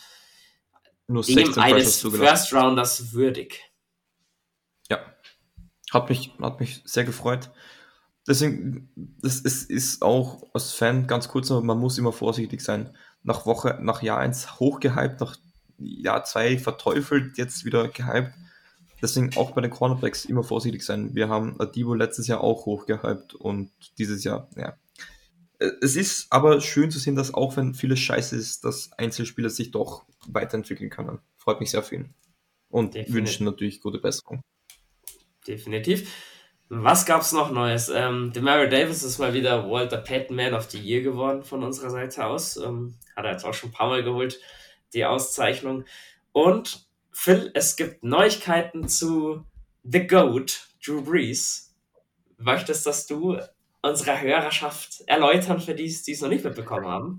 dem eines First Rounders würdig. Ja, hat mich sehr gefreut. Deswegen, das ist auch als Fan ganz kurz noch, man muss immer vorsichtig sein. Nach Jahr 1 hochgehypt, nach Jahr 2 verteufelt, jetzt wieder gehypt. Deswegen auch bei den Cornerbacks immer vorsichtig sein. Wir haben Adebo letztes Jahr auch hochgehypt und dieses Jahr, Es ist aber schön zu sehen, dass auch wenn vieles scheiße ist, dass Einzelspieler sich doch weiterentwickeln können. Freut mich sehr für ihn. Und wünschen natürlich gute Besserung. Definitiv. Was gab's noch Neues? Demario Davis ist mal wieder Walter Payton Man of the Year geworden von unserer Seite aus. Hat er jetzt auch schon ein paar Mal geholt, die Auszeichnung. Und Phil, es gibt Neuigkeiten zu The GOAT, Drew Brees. Möchtest, dass du unserer Hörerschaft erläutern, für die es noch nicht mitbekommen haben?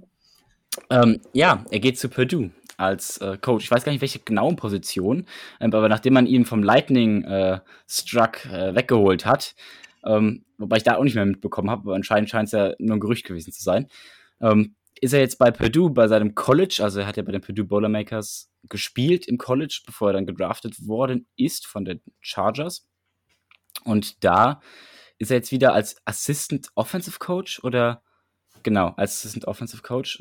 Er geht zu Purdue als Coach. Ich weiß gar nicht, welche genauen Position, aber nachdem man ihn vom Lightning Struck weggeholt hat, wobei ich da auch nicht mehr mitbekommen habe, aber anscheinend scheint es ja nur ein Gerücht gewesen zu sein, ist er jetzt bei Purdue, bei seinem College, also er hat ja bei den Purdue Boilermakers gespielt im College, bevor er dann gedraftet worden ist von den Chargers. Und da ist er jetzt wieder als Assistant Offensive Coach oder genau, als Assistant Offensive Coach.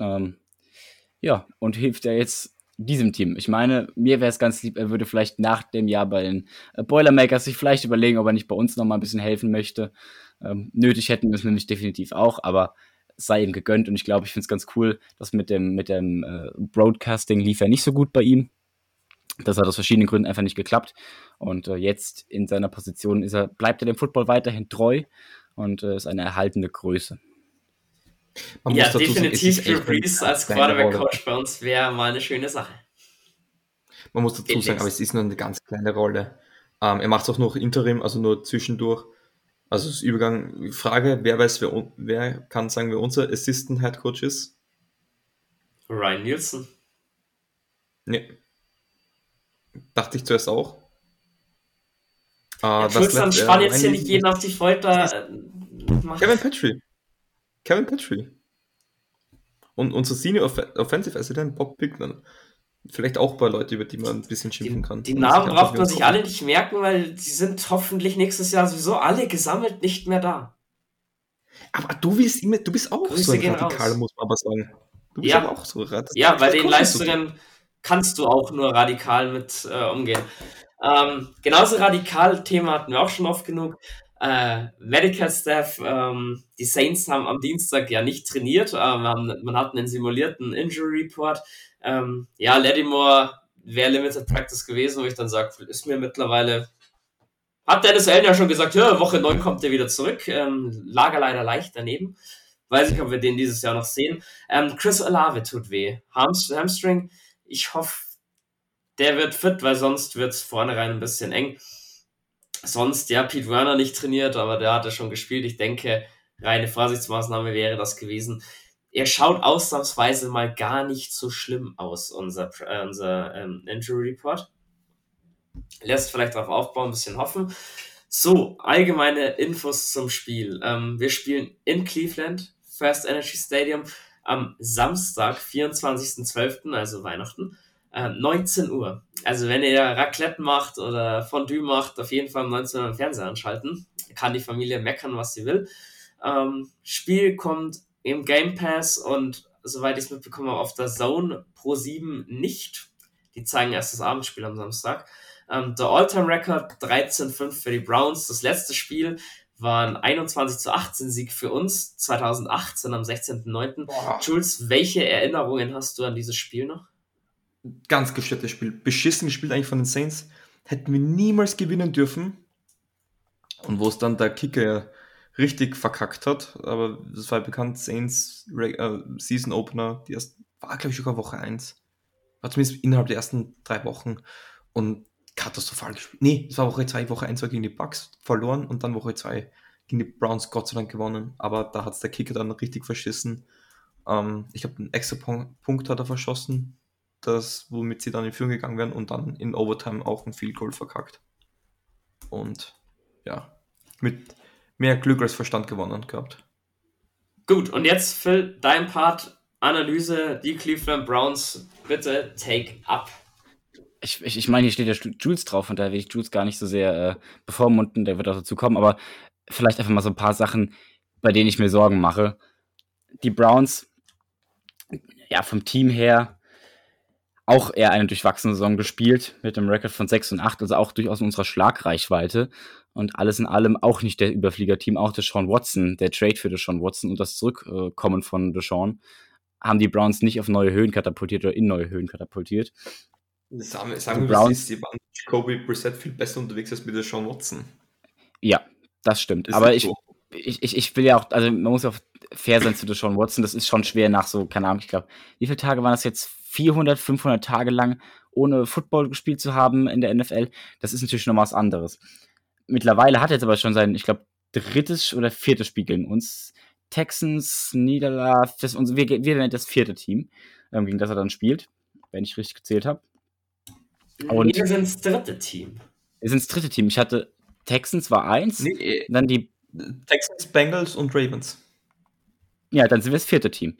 Und hilft er jetzt diesem Team. Ich meine, mir wäre es ganz lieb, er würde vielleicht nach dem Jahr bei den Boilermakers sich vielleicht überlegen, ob er nicht bei uns noch mal ein bisschen helfen möchte. Nötig hätten wir es nämlich definitiv auch, aber es sei ihm gegönnt und ich glaube, ich finde es ganz cool, dass mit dem Broadcasting lief er nicht so gut bei ihm. Das hat aus verschiedenen Gründen einfach nicht geklappt und jetzt in seiner Position bleibt er dem Football weiterhin treu und ist eine erhaltende Größe. Definitiv Drew Brees als Quarterback-Coach bei uns wäre mal eine schöne Sache. Man muss dazu sagen, aber es ist nur eine ganz kleine Rolle. Er macht es auch noch Interim, also nur zwischendurch. Also das Übergang. Frage, wer kann sagen, wer unser Assistant Head Coach ist? Ryan Nielsen. Nee. Dachte ich zuerst auch. Dann spann jetzt hier nicht jeden auf die Folter. Kevin Petrie. Und unser Senior Offensive Assistant Bob Pickman. Vielleicht auch ein paar Leute, über die man ein bisschen schimpfen kann. Die Namen braucht man sich alle nicht merken, weil die sind hoffentlich nächstes Jahr sowieso alle gesammelt nicht mehr da. Aber du bist auch Grüße so ein Radikal, muss man aber sagen. Du bist aber auch so radikal. Ja, bei den Leistungen kannst du auch nur radikal mit umgehen. Genauso radikal, Thema hatten wir auch schon oft genug. Medical Staff, die Saints haben am Dienstag ja nicht trainiert. Man hat einen simulierten Injury Report. Ja, Lattimore wäre Limited Practice gewesen, wo ich dann sage, ist mir mittlerweile. Hat Dennis Allen ja schon gesagt, ja, Woche 9 kommt er wieder zurück. Lager leider leicht daneben. Weiß nicht, ob wir den dieses Jahr noch sehen. Chris Olave tut weh. Hamstring. Ich hoffe, der wird fit, weil sonst wird es vornherein ein bisschen eng. Sonst, ja, Pete Werner nicht trainiert, aber der hat ja schon gespielt. Ich denke, reine Vorsichtsmaßnahme wäre das gewesen. Er schaut ausnahmsweise mal gar nicht so schlimm aus, unser Injury Report. Lässt vielleicht darauf aufbauen, ein bisschen hoffen. So, allgemeine Infos zum Spiel. Wir spielen in Cleveland, First Energy Stadium, am Samstag, 24.12., also Weihnachten, 19 Uhr. Also wenn ihr Raclette macht oder Fondue macht, auf jeden Fall um 19 Uhr im Fernseher anschalten. Kann die Familie meckern, was sie will. Spiel kommt im Game Pass und soweit ich es mitbekomme, auf der Zone Pro7 nicht. Die zeigen erst das Abendspiel am Samstag. Der All-Time-Record 13-5 für die Browns. Das letzte Spiel war ein 21-18 Sieg für uns, 2018 am 16.09. Jules, welche Erinnerungen hast du an dieses Spiel noch? Ganz gestörtes Spiel. Beschissen gespielt eigentlich von den Saints. Hätten wir niemals gewinnen dürfen. Und wo es dann der Kicker richtig verkackt hat, aber das war bekannt, Saints Season Opener, war glaube ich sogar Woche 1. War zumindest innerhalb der ersten 3 Wochen und katastrophal gespielt. Nee, es war Woche 2, Woche 1 war gegen die Bucks verloren und dann Woche 2 gegen die Browns Gott sei Dank gewonnen, aber da hat es der Kicker dann richtig verschissen. Ich glaube, einen extra Punkt hat er verschossen, womit sie dann in Führung gegangen wären und dann in Overtime auch ein Field Goal verkackt. Und ja, mit mehr Glück als Verstand gewonnen gehabt. Gut, und jetzt Phil, dein Part, Analyse, die Cleveland Browns, bitte take up. Ich meine, hier steht ja Jules drauf und da will ich Jules gar nicht so sehr bevormunden, der wird auch dazu kommen, aber vielleicht einfach mal so ein paar Sachen, bei denen ich mir Sorgen mache. Die Browns, ja, vom Team her auch eher eine durchwachsene Saison gespielt, mit einem Rekord von 6-8, also auch durchaus in unserer Schlagreichweite. Und alles in allem auch nicht der Überfliegerteam, auch Deshaun Watson, der Trade für Deshaun Watson und das Zurückkommen von Deshaun, haben die Browns nicht auf neue Höhen katapultiert oder in neue Höhen katapultiert. Sagen wir, Browns, die waren mit Jacoby Brissett viel besser unterwegs als mit Deshaun Watson. Ja, das stimmt. Aber ich will ja auch, also man muss ja auch fair sein zu Deshaun Watson, das ist schon schwer nach so, keine Ahnung, ich glaube, wie viele Tage waren das jetzt? 400, 500 Tage lang ohne Football gespielt zu haben in der NFL, das ist natürlich noch was anderes. Mittlerweile hat er jetzt aber schon sein, ich glaube, 3. oder 4. Spiel gegen uns. Texans, Niederlage, wir nennen das 4. Team, gegen das er dann spielt, wenn ich richtig gezählt habe. Und wir sind das 3. Team. Wir sind das 3. Team. Ich hatte Texans war 1, dann die Texans, Bengals und Ravens. Ja, dann sind wir das 4. Team.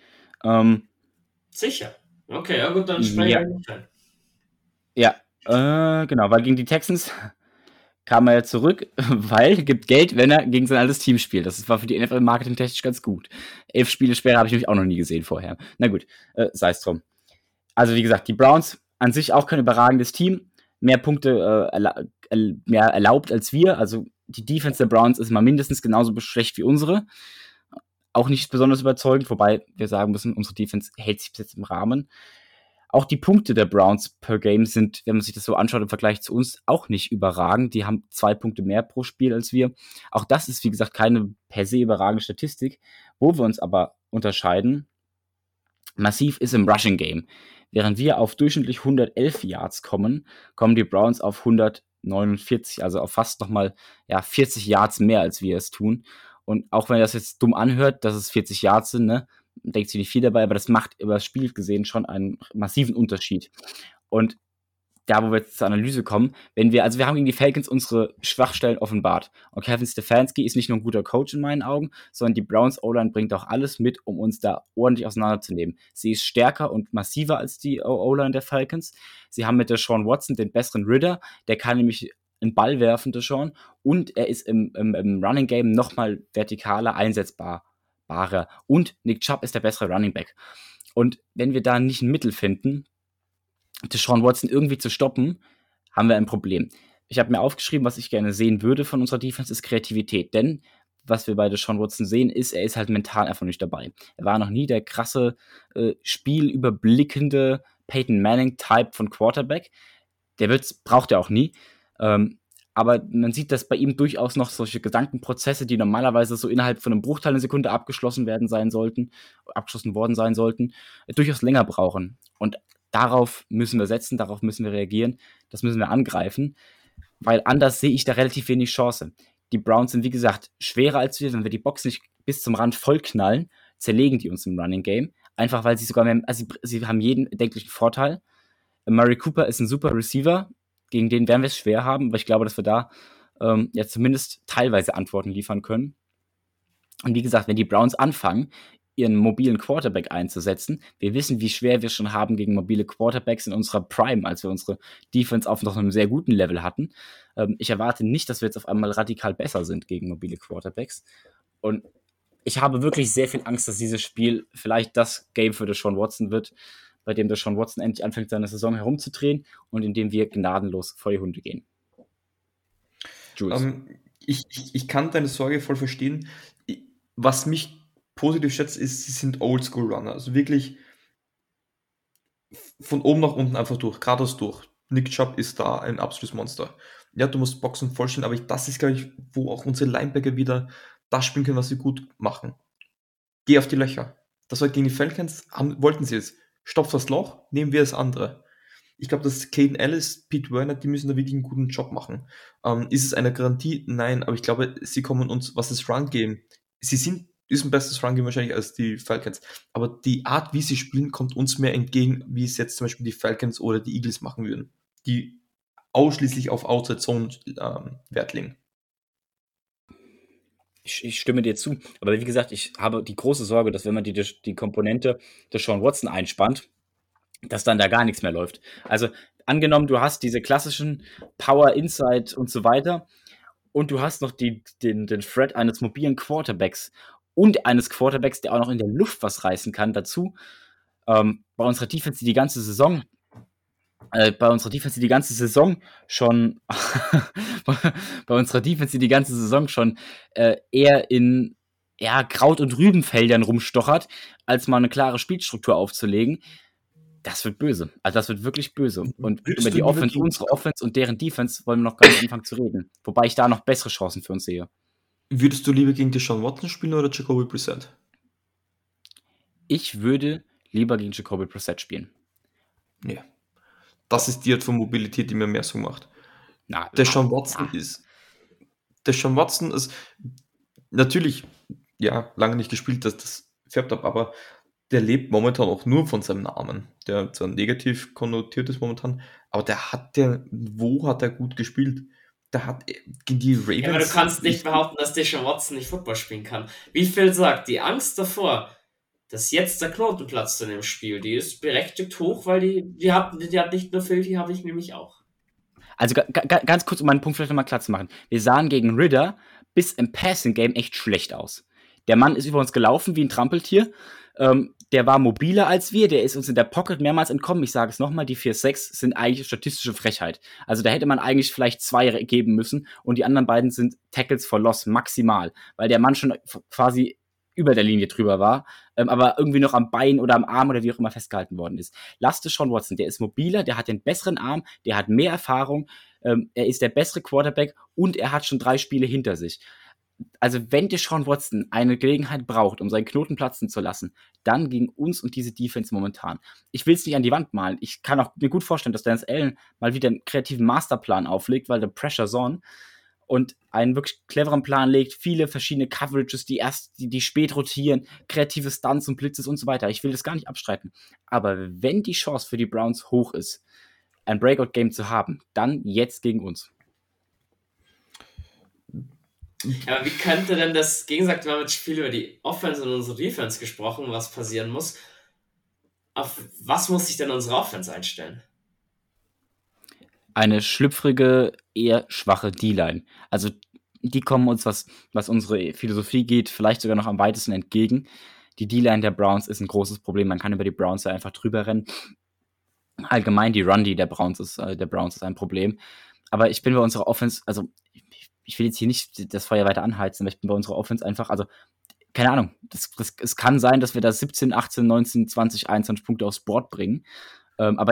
Sicher. Okay, ja gut, dann sprechen wir nicht ein. Ja, genau, weil gegen die Texans kam er ja zurück, weil gibt Geld, wenn er gegen sein altes Team spielt. Das war für die NFL marketingtechnisch ganz gut. 11 Spiele Sperre habe ich nämlich auch noch nie gesehen vorher. Na gut, sei es drum. Also wie gesagt, die Browns an sich auch kein überragendes Team. Mehr Punkte mehr erlaubt als wir. Also die Defense der Browns ist mal mindestens genauso schlecht wie unsere. Auch nicht besonders überzeugend, wobei wir sagen müssen, unsere Defense hält sich bis jetzt im Rahmen. Auch die Punkte der Browns per Game sind, wenn man sich das so anschaut im Vergleich zu uns, auch nicht überragend. Die haben 2 Punkte mehr pro Spiel als wir. Auch das ist, wie gesagt, keine per se überragende Statistik. Wo wir uns aber unterscheiden, massiv ist im Rushing Game. Während wir auf durchschnittlich 111 Yards kommen die Browns auf 149, also auf fast nochmal 40 Yards mehr, als wir es tun. Und auch wenn das jetzt dumm anhört, dass es 40 Yards sind, ne, denkt sich nicht viel dabei, aber das macht über das Spiel gesehen schon einen massiven Unterschied. Und da, wo wir jetzt zur Analyse kommen, wir haben gegen die Falcons unsere Schwachstellen offenbart. Und Kevin Stefanski ist nicht nur ein guter Coach in meinen Augen, sondern die Browns O-Line bringt auch alles mit, um uns da ordentlich auseinanderzunehmen. Sie ist stärker und massiver als die O-Line der Falcons. Sie haben mit der Deshaun Watson den besseren Ridder, der kann nämlich einen Ball werfen, Deshaun, und er ist im Running Game nochmal vertikaler einsetzbarer. Und Nick Chubb ist der bessere Running Back. Und wenn wir da nicht ein Mittel finden, Deshaun Watson irgendwie zu stoppen, haben wir ein Problem. Ich habe mir aufgeschrieben, was ich gerne sehen würde von unserer Defense, ist Kreativität. Denn was wir bei Deshaun Watson sehen, ist, er ist halt mental einfach nicht dabei. Er war noch nie der krasse, spielüberblickende Peyton Manning-Type von Quarterback. Braucht er auch nie. Aber man sieht, dass bei ihm durchaus noch solche Gedankenprozesse, die normalerweise so innerhalb von einem Bruchteil einer Sekunde abgeschlossen worden sein sollten, durchaus länger brauchen. Und darauf müssen wir setzen, darauf müssen wir reagieren, das müssen wir angreifen, weil anders sehe ich da relativ wenig Chance. Die Browns sind, wie gesagt, schwerer als wir. Wenn wir die Box nicht bis zum Rand vollknallen, zerlegen die uns im Running Game. Einfach, weil sie sogar mehr, also sie haben jeden erdenklichen Vorteil. Murray Cooper ist ein super Receiver, gegen den werden wir es schwer haben, aber ich glaube, dass wir da ja zumindest teilweise Antworten liefern können. Und wie gesagt, wenn die Browns anfangen, ihren mobilen Quarterback einzusetzen, wir wissen, wie schwer wir schon haben gegen mobile Quarterbacks in unserer Prime, als wir unsere Defense auf noch einem sehr guten Level hatten. Ich erwarte nicht, dass wir jetzt auf einmal radikal besser sind gegen mobile Quarterbacks. Und ich habe wirklich sehr viel Angst, dass dieses Spiel vielleicht das Game für Deshaun Watson wird, bei dem Deshaun Watson endlich anfängt, seine Saison herumzudrehen und in dem wir gnadenlos vor die Hunde gehen. Jules. Ich kann deine Sorge voll verstehen. Was mich positiv schätzt, ist, sie sind Oldschool-Runner. Also wirklich von oben nach unten einfach durch, geradeaus durch. Nick Chubb ist da ein absolutes Monster. Ja, du musst Boxen vollstellen, aber das ist, glaube ich, wo auch unsere Linebacker wieder das spielen können, was sie gut machen. Geh auf die Löcher. Das war gegen die Falcons, wollten sie es. Stopf das Loch, nehmen wir das andere. Ich glaube, dass Caden Ellis, Pete Werner, die müssen da wirklich einen guten Job machen. Ist es eine Garantie? Nein, aber ich glaube, sie kommen uns, was das Run-Game, ist ein besseres Run-Game wahrscheinlich als die Falcons, aber die Art, wie sie spielen, kommt uns mehr entgegen, wie es jetzt zum Beispiel die Falcons oder die Eagles machen würden, die ausschließlich auf Outside Zone Wert legen. Ich stimme dir zu, aber wie gesagt, ich habe die große Sorge, dass wenn man die Komponente Deshaun Watson einspannt, dass dann da gar nichts mehr läuft. Also angenommen, du hast diese klassischen Power, Inside und so weiter und du hast noch den Threat eines mobilen Quarterbacks und eines Quarterbacks, der auch noch in der Luft was reißen kann dazu. Bei unserer Defense, die ganze Saison schon eher in Kraut- und Rübenfeldern rumstochert, als mal eine klare Spielstruktur aufzulegen. Das wird böse. Also das wird wirklich böse. Und über die Offense, unsere Offense und deren Defense wollen wir noch gar nicht anfangen zu reden. Wobei ich da noch bessere Chancen für uns sehe. Würdest du lieber gegen Deshaun Watson spielen oder Jacoby Brissett? Ich würde lieber gegen Jacoby Brissett spielen. Ja. Das ist die Art von Mobilität, die mir mehr so macht. Deshaun Watson ist natürlich, lange nicht gespielt, das färbt ab, aber der lebt momentan auch nur von seinem Namen. Der zwar negativ konnotiert ist momentan, aber wo hat er gut gespielt? Der hat gegen die Ravens... Ja, aber du kannst nicht behaupten, dass Deshaun Watson nicht Football spielen kann. Wie Phil sagt, die Angst davor, dass jetzt der Knoten platzt in dem Spiel, die ist berechtigt hoch, weil die hat nicht nur Phil, die habe ich nämlich auch. Also ganz kurz, um meinen Punkt vielleicht nochmal klar zu machen. Wir sahen gegen Ridder bis im Passing-Game echt schlecht aus. Der Mann ist über uns gelaufen wie ein Trampeltier. Der war mobiler als wir, der ist uns in der Pocket mehrmals entkommen. Ich sage es nochmal, die 4-6 sind eigentlich statistische Frechheit. Also da hätte man eigentlich vielleicht 2 geben müssen und die anderen beiden sind Tackles for Loss maximal, weil der Mann schon quasi über der Linie drüber war, aber irgendwie noch am Bein oder am Arm oder wie auch immer festgehalten worden ist. Lasst Deshaun Watson, der ist mobiler, der hat den besseren Arm, der hat mehr Erfahrung, er ist der bessere Quarterback und er hat schon 3 Spiele hinter sich. Also wenn Deshaun Watson eine Gelegenheit braucht, um seinen Knoten platzen zu lassen, dann gegen uns und diese Defense momentan. Ich will es nicht an die Wand malen. Ich kann auch mir gut vorstellen, dass Dennis Allen mal wieder einen kreativen Masterplan auflegt, weil der Pressure's on und einen wirklich cleveren Plan legt, viele verschiedene Coverages, die spät rotieren, kreative Stunts und Blitzes und so weiter. Ich will das gar nicht abstreiten. Aber wenn die Chance für die Browns hoch ist, ein Breakout-Game zu haben, dann jetzt gegen uns. Ja, aber wie könnte denn das, wir haben jetzt viel über die Offense und unsere Defense gesprochen, was passieren muss. Auf was muss sich denn unsere Offense einstellen? Eine schlüpfrige, eher schwache D-Line. Also die kommen uns, was unsere Philosophie geht, vielleicht sogar noch am weitesten entgegen. Die D-Line der Browns ist ein großes Problem. Man kann über die Browns ja einfach drüber rennen. Allgemein die Run-D der Browns ist ein Problem. Aber ich bin bei unserer Offense, also ich will jetzt hier nicht das Feuer weiter anheizen, aber ich bin bei unserer Offense einfach, also keine Ahnung, es kann sein, dass wir da 17, 18, 19, 20, 21 Punkte aufs Board bringen. Aber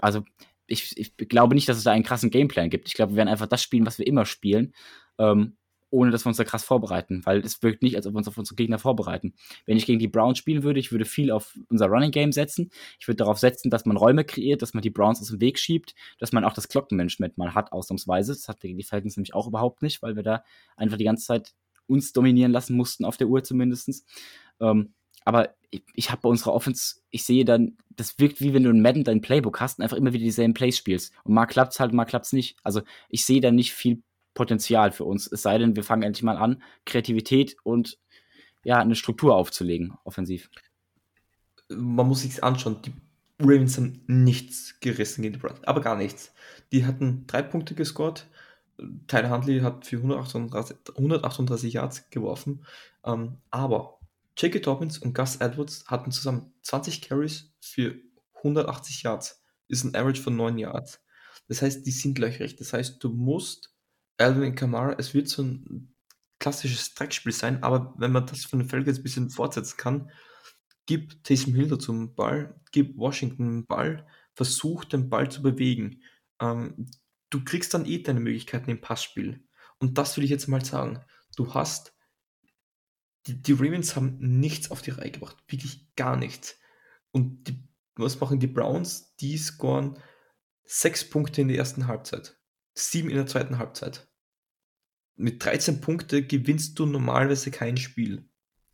ich glaube nicht, dass es da einen krassen Gameplan gibt. Ich glaube, wir werden einfach das spielen, was wir immer spielen, ohne dass wir uns da krass vorbereiten, weil es wirkt nicht, als ob wir uns auf unsere Gegner vorbereiten. Wenn ich gegen die Browns spielen würde, ich würde viel auf unser Running Game setzen. Ich würde darauf setzen, dass man Räume kreiert, dass man die Browns aus dem Weg schiebt, dass man auch das Glockenmanagement mal hat, ausnahmsweise. Das hat gegen die Falcons nämlich auch überhaupt nicht, weil wir da einfach die ganze Zeit uns dominieren lassen mussten, auf der Uhr zumindest. Aber ich habe bei unserer Offense, ich sehe dann, das wirkt wie wenn du in Madden dein Playbook hast und einfach immer wieder dieselben Plays spielst. Und mal klappt's halt, mal klappt's nicht. Also ich sehe da nicht viel Potenzial für uns. Es sei denn, wir fangen endlich mal an, Kreativität und ja, eine Struktur aufzulegen, offensiv. Man muss sich anschauen, die Ravens haben nichts gerissen gegen die Browns, aber gar nichts. Die hatten 3 Punkte gescored. Tyler Huntley hat für 138 Yards geworfen, aber J.K. Dobbins und Gus Edwards hatten zusammen 20 Carries für 180 Yards. Ist ein Average von 9 Yards. Das heißt, die sind löchrig. Das heißt, du musst Alvin Kamara, es wird so ein klassisches Dreckspiel sein, aber wenn man das von den Falcons ein bisschen fortsetzen kann, gib Taysom Hill dazu einen Ball, gib Washington einen Ball, versuch den Ball zu bewegen. Du kriegst dann deine Möglichkeiten im Passspiel. Und das will ich jetzt mal sagen. Du hast, die Ravens haben nichts auf die Reihe gebracht. Wirklich gar nichts. Und was machen die Browns? Die scoren 6 Punkte in der ersten Halbzeit. 7 in der zweiten Halbzeit. Mit 13 Punkten gewinnst du normalerweise kein Spiel.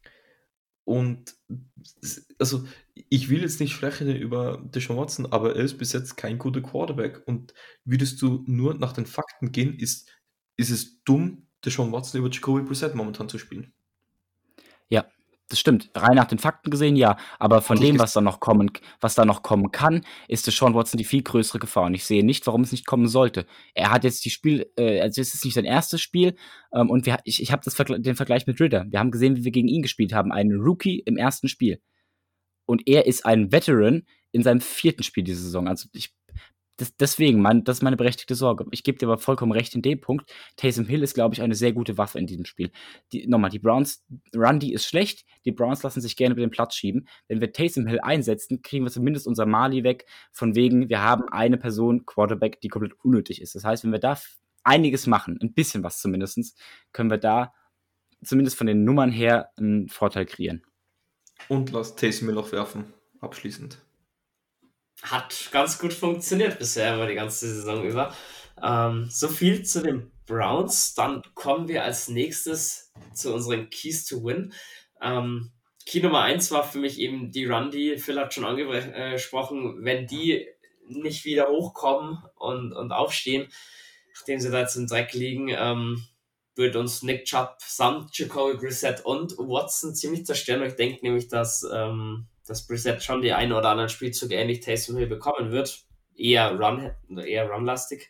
Und also ich will jetzt nicht sprechen über Deshaun Watson, aber er ist bis jetzt kein guter Quarterback. Und würdest du nur nach den Fakten gehen, ist es dumm, Deshaun Watson über Jacoby Brissett momentan zu spielen. Ja, das stimmt. Rein nach den Fakten gesehen, ja. Aber von dem, was da noch kommen kann, ist Deshaun Watson die viel größere Gefahr. Und ich sehe nicht, warum es nicht kommen sollte. Er hat jetzt also es ist nicht sein erstes Spiel. Und ich habe den Vergleich mit Ridder. Wir haben gesehen, wie wir gegen ihn gespielt haben. Einen Rookie im ersten Spiel. Und er ist ein Veteran in seinem 4. Spiel diese Saison. Also deswegen, das ist meine berechtigte Sorge. Ich gebe dir aber vollkommen recht in dem Punkt. Taysom Hill ist, glaube ich, eine sehr gute Waffe in diesem Spiel. Die Browns, Run-D ist schlecht. Die Browns lassen sich gerne über den Platz schieben. Wenn wir Taysom Hill einsetzen, kriegen wir zumindest unser Mali weg. Von wegen, wir haben eine Person, Quarterback, die komplett unnötig ist. Das heißt, wenn wir da einiges machen, ein bisschen was zumindest, können wir da zumindest von den Nummern her einen Vorteil kreieren. Und lass Taysom Hill auch werfen, abschließend. Hat ganz gut funktioniert bisher über die ganze Saison über. So viel zu den Browns. Dann kommen wir als nächstes zu unseren Keys to Win. Key Nummer 1 war für mich eben die Run-D. Phil hat schon angesprochen, wenn die nicht wieder hochkommen und aufstehen, nachdem sie da jetzt im Dreck liegen, wird uns Nick Chubb samt Jacoby Brissett und Watson ziemlich zerstören. Ich denke nämlich, dass Brissett schon die einen oder anderen Spielzüge ähnlich Taysom Hill bekommen wird. Eher runlastig.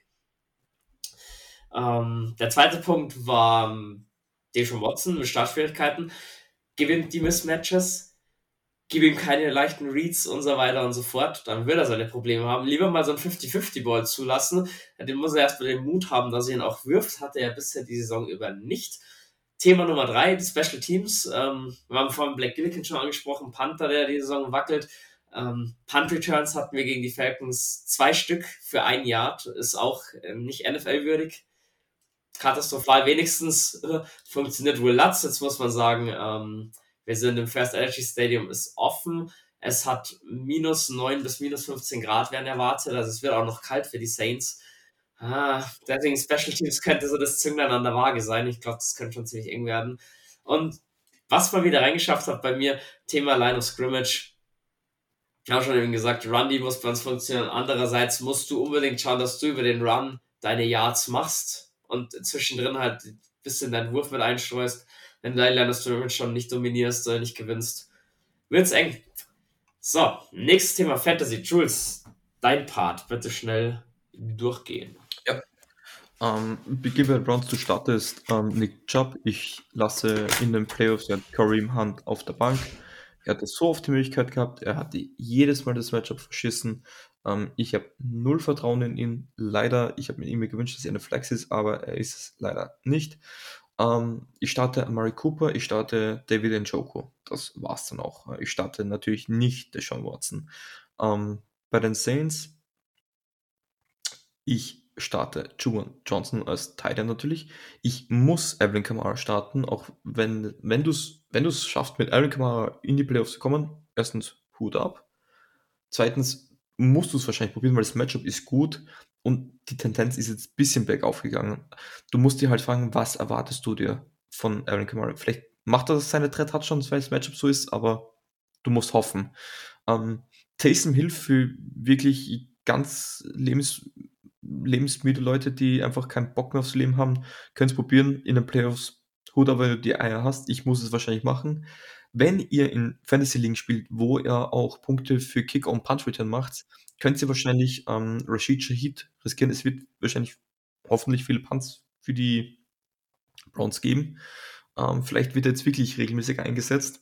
Der zweite Punkt war Deshaun Watson mit Startschwierigkeiten. Gewinnt die Mismatches, gib ihm keine leichten Reads und so weiter und so fort, dann wird er seine Probleme haben. Lieber mal so einen 50-50-Ball zulassen. Den muss er erstmal den Mut haben, dass er ihn auch wirft. Hatte er bisher die Saison über nicht. Thema Nummer 3, die Special Teams. Wir haben vorhin Black Gillikin schon angesprochen, Panther, der die Saison wackelt. Punt Returns hatten wir gegen die Falcons 2 Stück für 1 Yard. Ist auch nicht NFL-würdig. Katastrophal. Wenigstens funktioniert Will Lutz. Jetzt muss man sagen, wir sind im First Energy Stadium, ist offen. Es hat -9 bis -15 Grad werden erwartet. Also es wird auch noch kalt für die Saints. Deswegen Special Teams könnte so das Zünglein an der Waage sein. Ich glaube, das könnte schon ziemlich eng werden. Und was man wieder reingeschafft hat bei mir, Thema Line of Scrimmage. Ich habe schon eben gesagt, Run-D muss bei uns funktionieren. Andererseits musst du unbedingt schauen, dass du über den Run deine Yards machst und zwischendrin halt ein bisschen deinen Wurf mit einstreust. Wenn du deine Line of Scrimmage schon nicht dominierst oder nicht gewinnst, wird's eng. So, nächstes Thema Fantasy. Jules, dein Part, bitte schnell durchgehen. Ja. Beginn bei den Browns, du startest Nick Chubb. Ich lasse in den Playoffs ja Kareem Hunt auf der Bank. Er hatte so oft die Möglichkeit gehabt, er hatte jedes Mal das Matchup verschissen. Ich habe null Vertrauen in ihn. Leider, ich habe mir immer gewünscht, dass er eine Flex ist, aber er ist es leider nicht. Ich starte Amari Cooper, ich starte David Njoku. Das war's dann auch. Ich starte natürlich nicht Deshaun Watson. Bei den Saints, ich starte Juwan Johnson als Tight End natürlich. Ich muss Alvin Kamara starten, auch wenn du es schaffst, mit Alvin Kamara in die Playoffs zu kommen. Erstens, Hut ab. Zweitens musst du es wahrscheinlich probieren, weil das Matchup ist gut und die Tendenz ist jetzt ein bisschen bergauf gegangen. Du musst dir halt fragen, was erwartest du dir von Alvin Kamara? Vielleicht macht er seine 3 Touchdowns, weil das Matchup so ist, aber du musst hoffen. Taysom Hill für wirklich ganz lebensmüde Leute, die einfach keinen Bock mehr aufs Leben haben, können es probieren in den Playoffs. Hut ab, wenn du die Eier hast. Ich muss es wahrscheinlich machen. Wenn ihr in Fantasy League spielt, wo ihr auch Punkte für Kick- und Punt-Return macht, könnt ihr wahrscheinlich Rashid Shaheed riskieren. Es wird wahrscheinlich hoffentlich viele Punts für die Browns geben. Vielleicht wird er jetzt wirklich regelmäßig eingesetzt.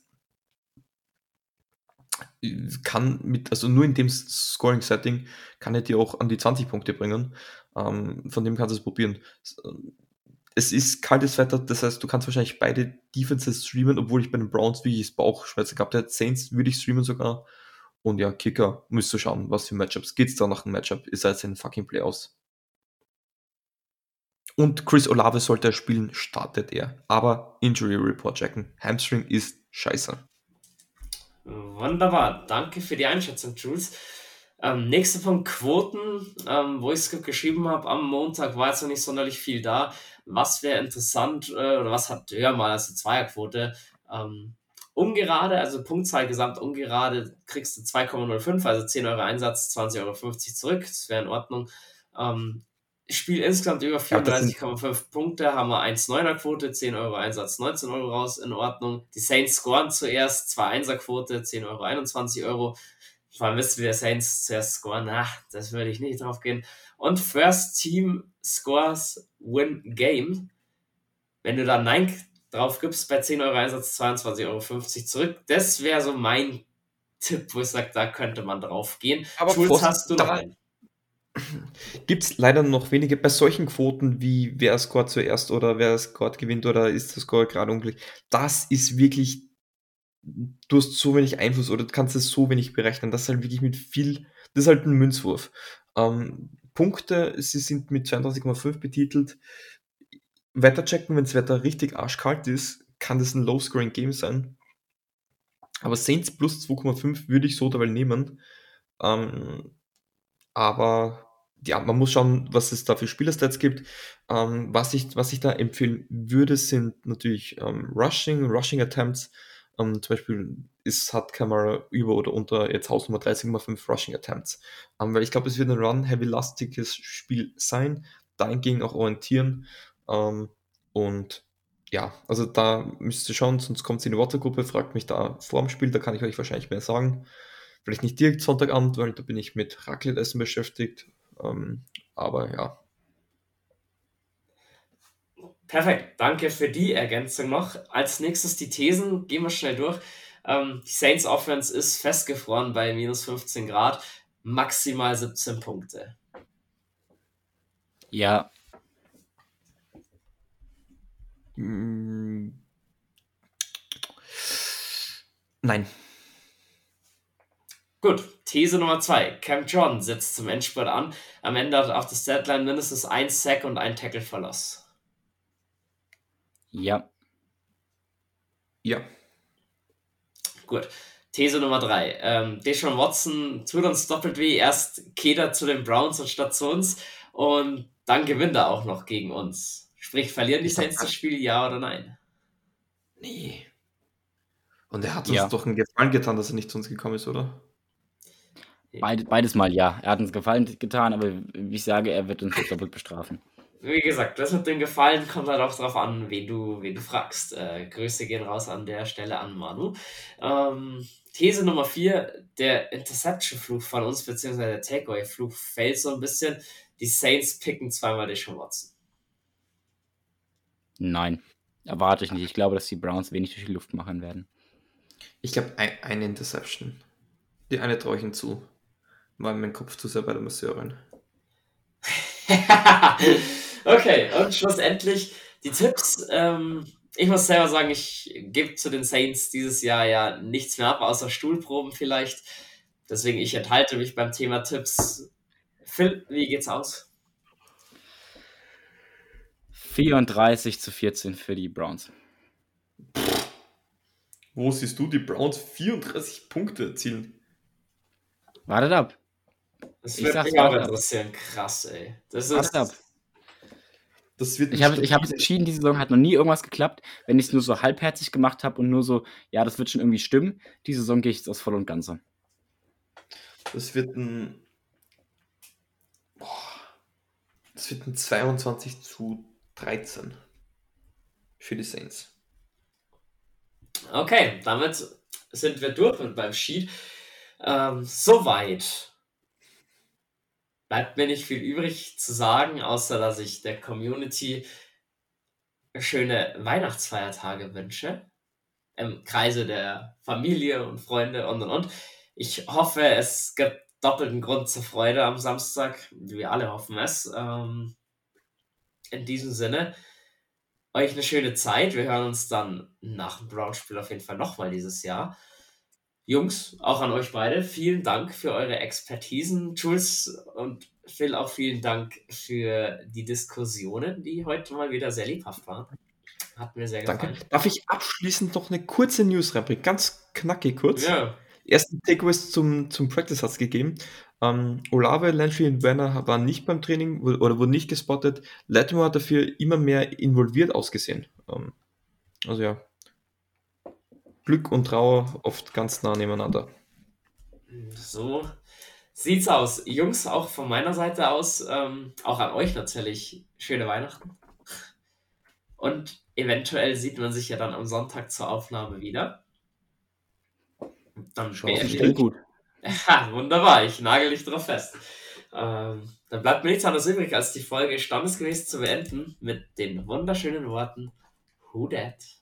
Also nur in dem Scoring-Setting kann er dir auch an die 20 Punkte bringen. Von dem kannst du es probieren. Es ist kaltes Wetter, das heißt, du kannst wahrscheinlich beide Defenses streamen, obwohl ich bei den Browns wirklich das Bauchschmerzen gehabt hätte. Saints würde ich streamen sogar. Und ja, Kicker, müsst ihr schauen, was für Matchups. Geht's da nach dem Matchup? Ist er jetzt in den fucking Playoffs? Und Chris Olave sollte er spielen, startet er. Aber Injury Report checken. Hamstring ist scheiße. Wunderbar, danke für die Einschätzung, Jules. Nächster Punkt, Quoten, wo ich es geschrieben habe, am Montag war jetzt noch nicht sonderlich viel da. Was wäre interessant, oder was hat höher mal als eine Zweierquote? Ungerade, also Punktzahl gesamt ungerade, kriegst du 2,05, also 10 Euro Einsatz, 20,50 Euro zurück, das wäre in Ordnung. Spiel insgesamt über 34,5 Punkte, haben wir 1,9er Quote, 10 Euro Einsatz, 19 Euro raus, in Ordnung. Die Saints scoren zuerst, 2,1er Quote, 10 Euro, 21 Euro. Vor allem wisst ihr, der Saints zuerst scoren, das würde ich nicht drauf gehen. Und First Team Scores Win Game. Wenn du da Nein drauf gibst, bei 10 Euro Einsatz 22,50 Euro zurück. Das wäre so mein Tipp, wo ich sage, da könnte man drauf gehen. Aber Schulz, hast du noch einen? Gibt es leider noch wenige bei solchen Quoten wie wer scoret zuerst oder wer scoret gewinnt oder ist der Score gerade ungleich. Das ist wirklich, du hast so wenig Einfluss oder du kannst es so wenig berechnen. Das ist halt wirklich das ist halt ein Münzwurf. Punkte, sie sind mit 32,5 betitelt. Wetter checken, wenn das Wetter richtig arschkalt ist, kann das ein Low-Scoring-Game sein. Aber Saints plus 2,5 würde ich so dabei nehmen. Aber ja, man muss schauen, was es da für Spielerstats gibt. Was ich da empfehlen würde, sind natürlich Rushing Attempts. Zum Beispiel hat Kamara über oder unter jetzt Hausnummer 13,5 Rushing Attempts. Weil ich glaube, es wird ein Run-Heavy-lastiges Spiel sein, dahingegen auch orientieren. Und ja, also da müsst ihr schauen, sonst kommt es in die WhatsApp-Gruppe, fragt mich da vor dem Spiel, da kann ich euch wahrscheinlich mehr sagen. Vielleicht nicht direkt Sonntagabend, weil da bin ich mit Raclette-Essen beschäftigt. Aber ja. Perfekt, danke für die Ergänzung noch. Als nächstes die Thesen, gehen wir schnell durch. Die Saints Offense ist festgefroren bei minus 15 Grad, maximal 17 Punkte. Ja. Nein. Gut, These Nummer 2. Cam John setzt zum Endspurt an. Am Ende hat auf der Statline mindestens ein Sack und ein Tackle-Verlust. Ja. Ja. Gut. These Nummer 3. Deshaun Watson tut uns doppelt weh. Erst geht er zu den Browns anstatt zu uns und dann gewinnt er auch noch gegen uns. Sprich, verlieren die Saints das Spiel, ja oder nein? Nee. Und er hat uns doch einen Gefallen getan, dass er nicht zu uns gekommen ist, oder? Beides mal ja. Er hat uns Gefallen getan, aber wie ich sage, er wird uns doppelt bestrafen. Wie gesagt, das mit dem Gefallen kommt halt auch darauf an, wen du fragst. Grüße gehen raus an der Stelle an Manu. These Nummer 4, der Interception-Fluch von uns, beziehungsweise der Takeaway-Fluch, fällt so ein bisschen. Die Saints picken zweimal Deshaun Watson. Nein, erwarte ich nicht. Ich glaube, dass die Browns wenig durch die Luft machen werden. Ich glaube, eine Interception. Die eine traue ich ihm zu. war mein Kopf zu sehr bei der Masseurin. Okay, und schlussendlich die Tipps. Ich muss selber sagen, ich gebe zu den Saints dieses Jahr ja nichts mehr ab, außer Stuhlproben vielleicht. Deswegen, ich enthalte mich beim Thema Tipps. Phil, wie geht's aus? 34-14 für die Browns. Wo siehst du die Browns 34 Punkte erzielen? Wartet ab. Das Ich wird sag's, mich auch wartet ab. interessieren. Krass, ey. Das Wartet ab. ist. Das wird Ich habe es entschieden, diese Saison hat noch nie irgendwas geklappt, wenn ich es nur so halbherzig gemacht habe und nur so, ja, das wird schon irgendwie stimmen. Diese Saison gehe ich jetzt aus voll und ganze. Das wird ein 22-13 für die Saints. Okay, damit sind wir durch mit beim Sheet. Soweit. Bleibt mir nicht viel übrig zu sagen, außer dass ich der Community schöne Weihnachtsfeiertage wünsche. Im Kreise der Familie und Freunde und. Ich hoffe, es gibt doppelten Grund zur Freude am Samstag. Wir alle hoffen es. In diesem Sinne, euch eine schöne Zeit. Wir hören uns dann nach dem Brown-Spiel auf jeden Fall nochmal dieses Jahr. Jungs, auch an euch beide, vielen Dank für eure Expertisen. Jules und Phil, auch vielen Dank für die Diskussionen, die heute mal wieder sehr lebhaft waren. Hat mir sehr gefallen. Danke. Darf ich abschließend noch eine kurze News reinbringen? Ganz knackig kurz. Ja, Ersten Takeaways zum Practice hat es gegeben. Olave, Landry und Werner waren nicht beim Training oder wurden nicht gespottet. Lattimore hat dafür immer mehr involviert ausgesehen. Also ja, Glück und Trauer oft ganz nah nebeneinander. so sieht's aus. Jungs, auch von meiner Seite aus, auch an euch natürlich, schöne Weihnachten. Und eventuell sieht man sich ja dann am Sonntag zur Aufnahme wieder. Dann beende ich. Klingt gut. Ja, wunderbar, ich nagel dich drauf fest. Dann bleibt mir nichts anderes übrig, als die Folge standesgemäß zu beenden mit den wunderschönen Worten Who Dat?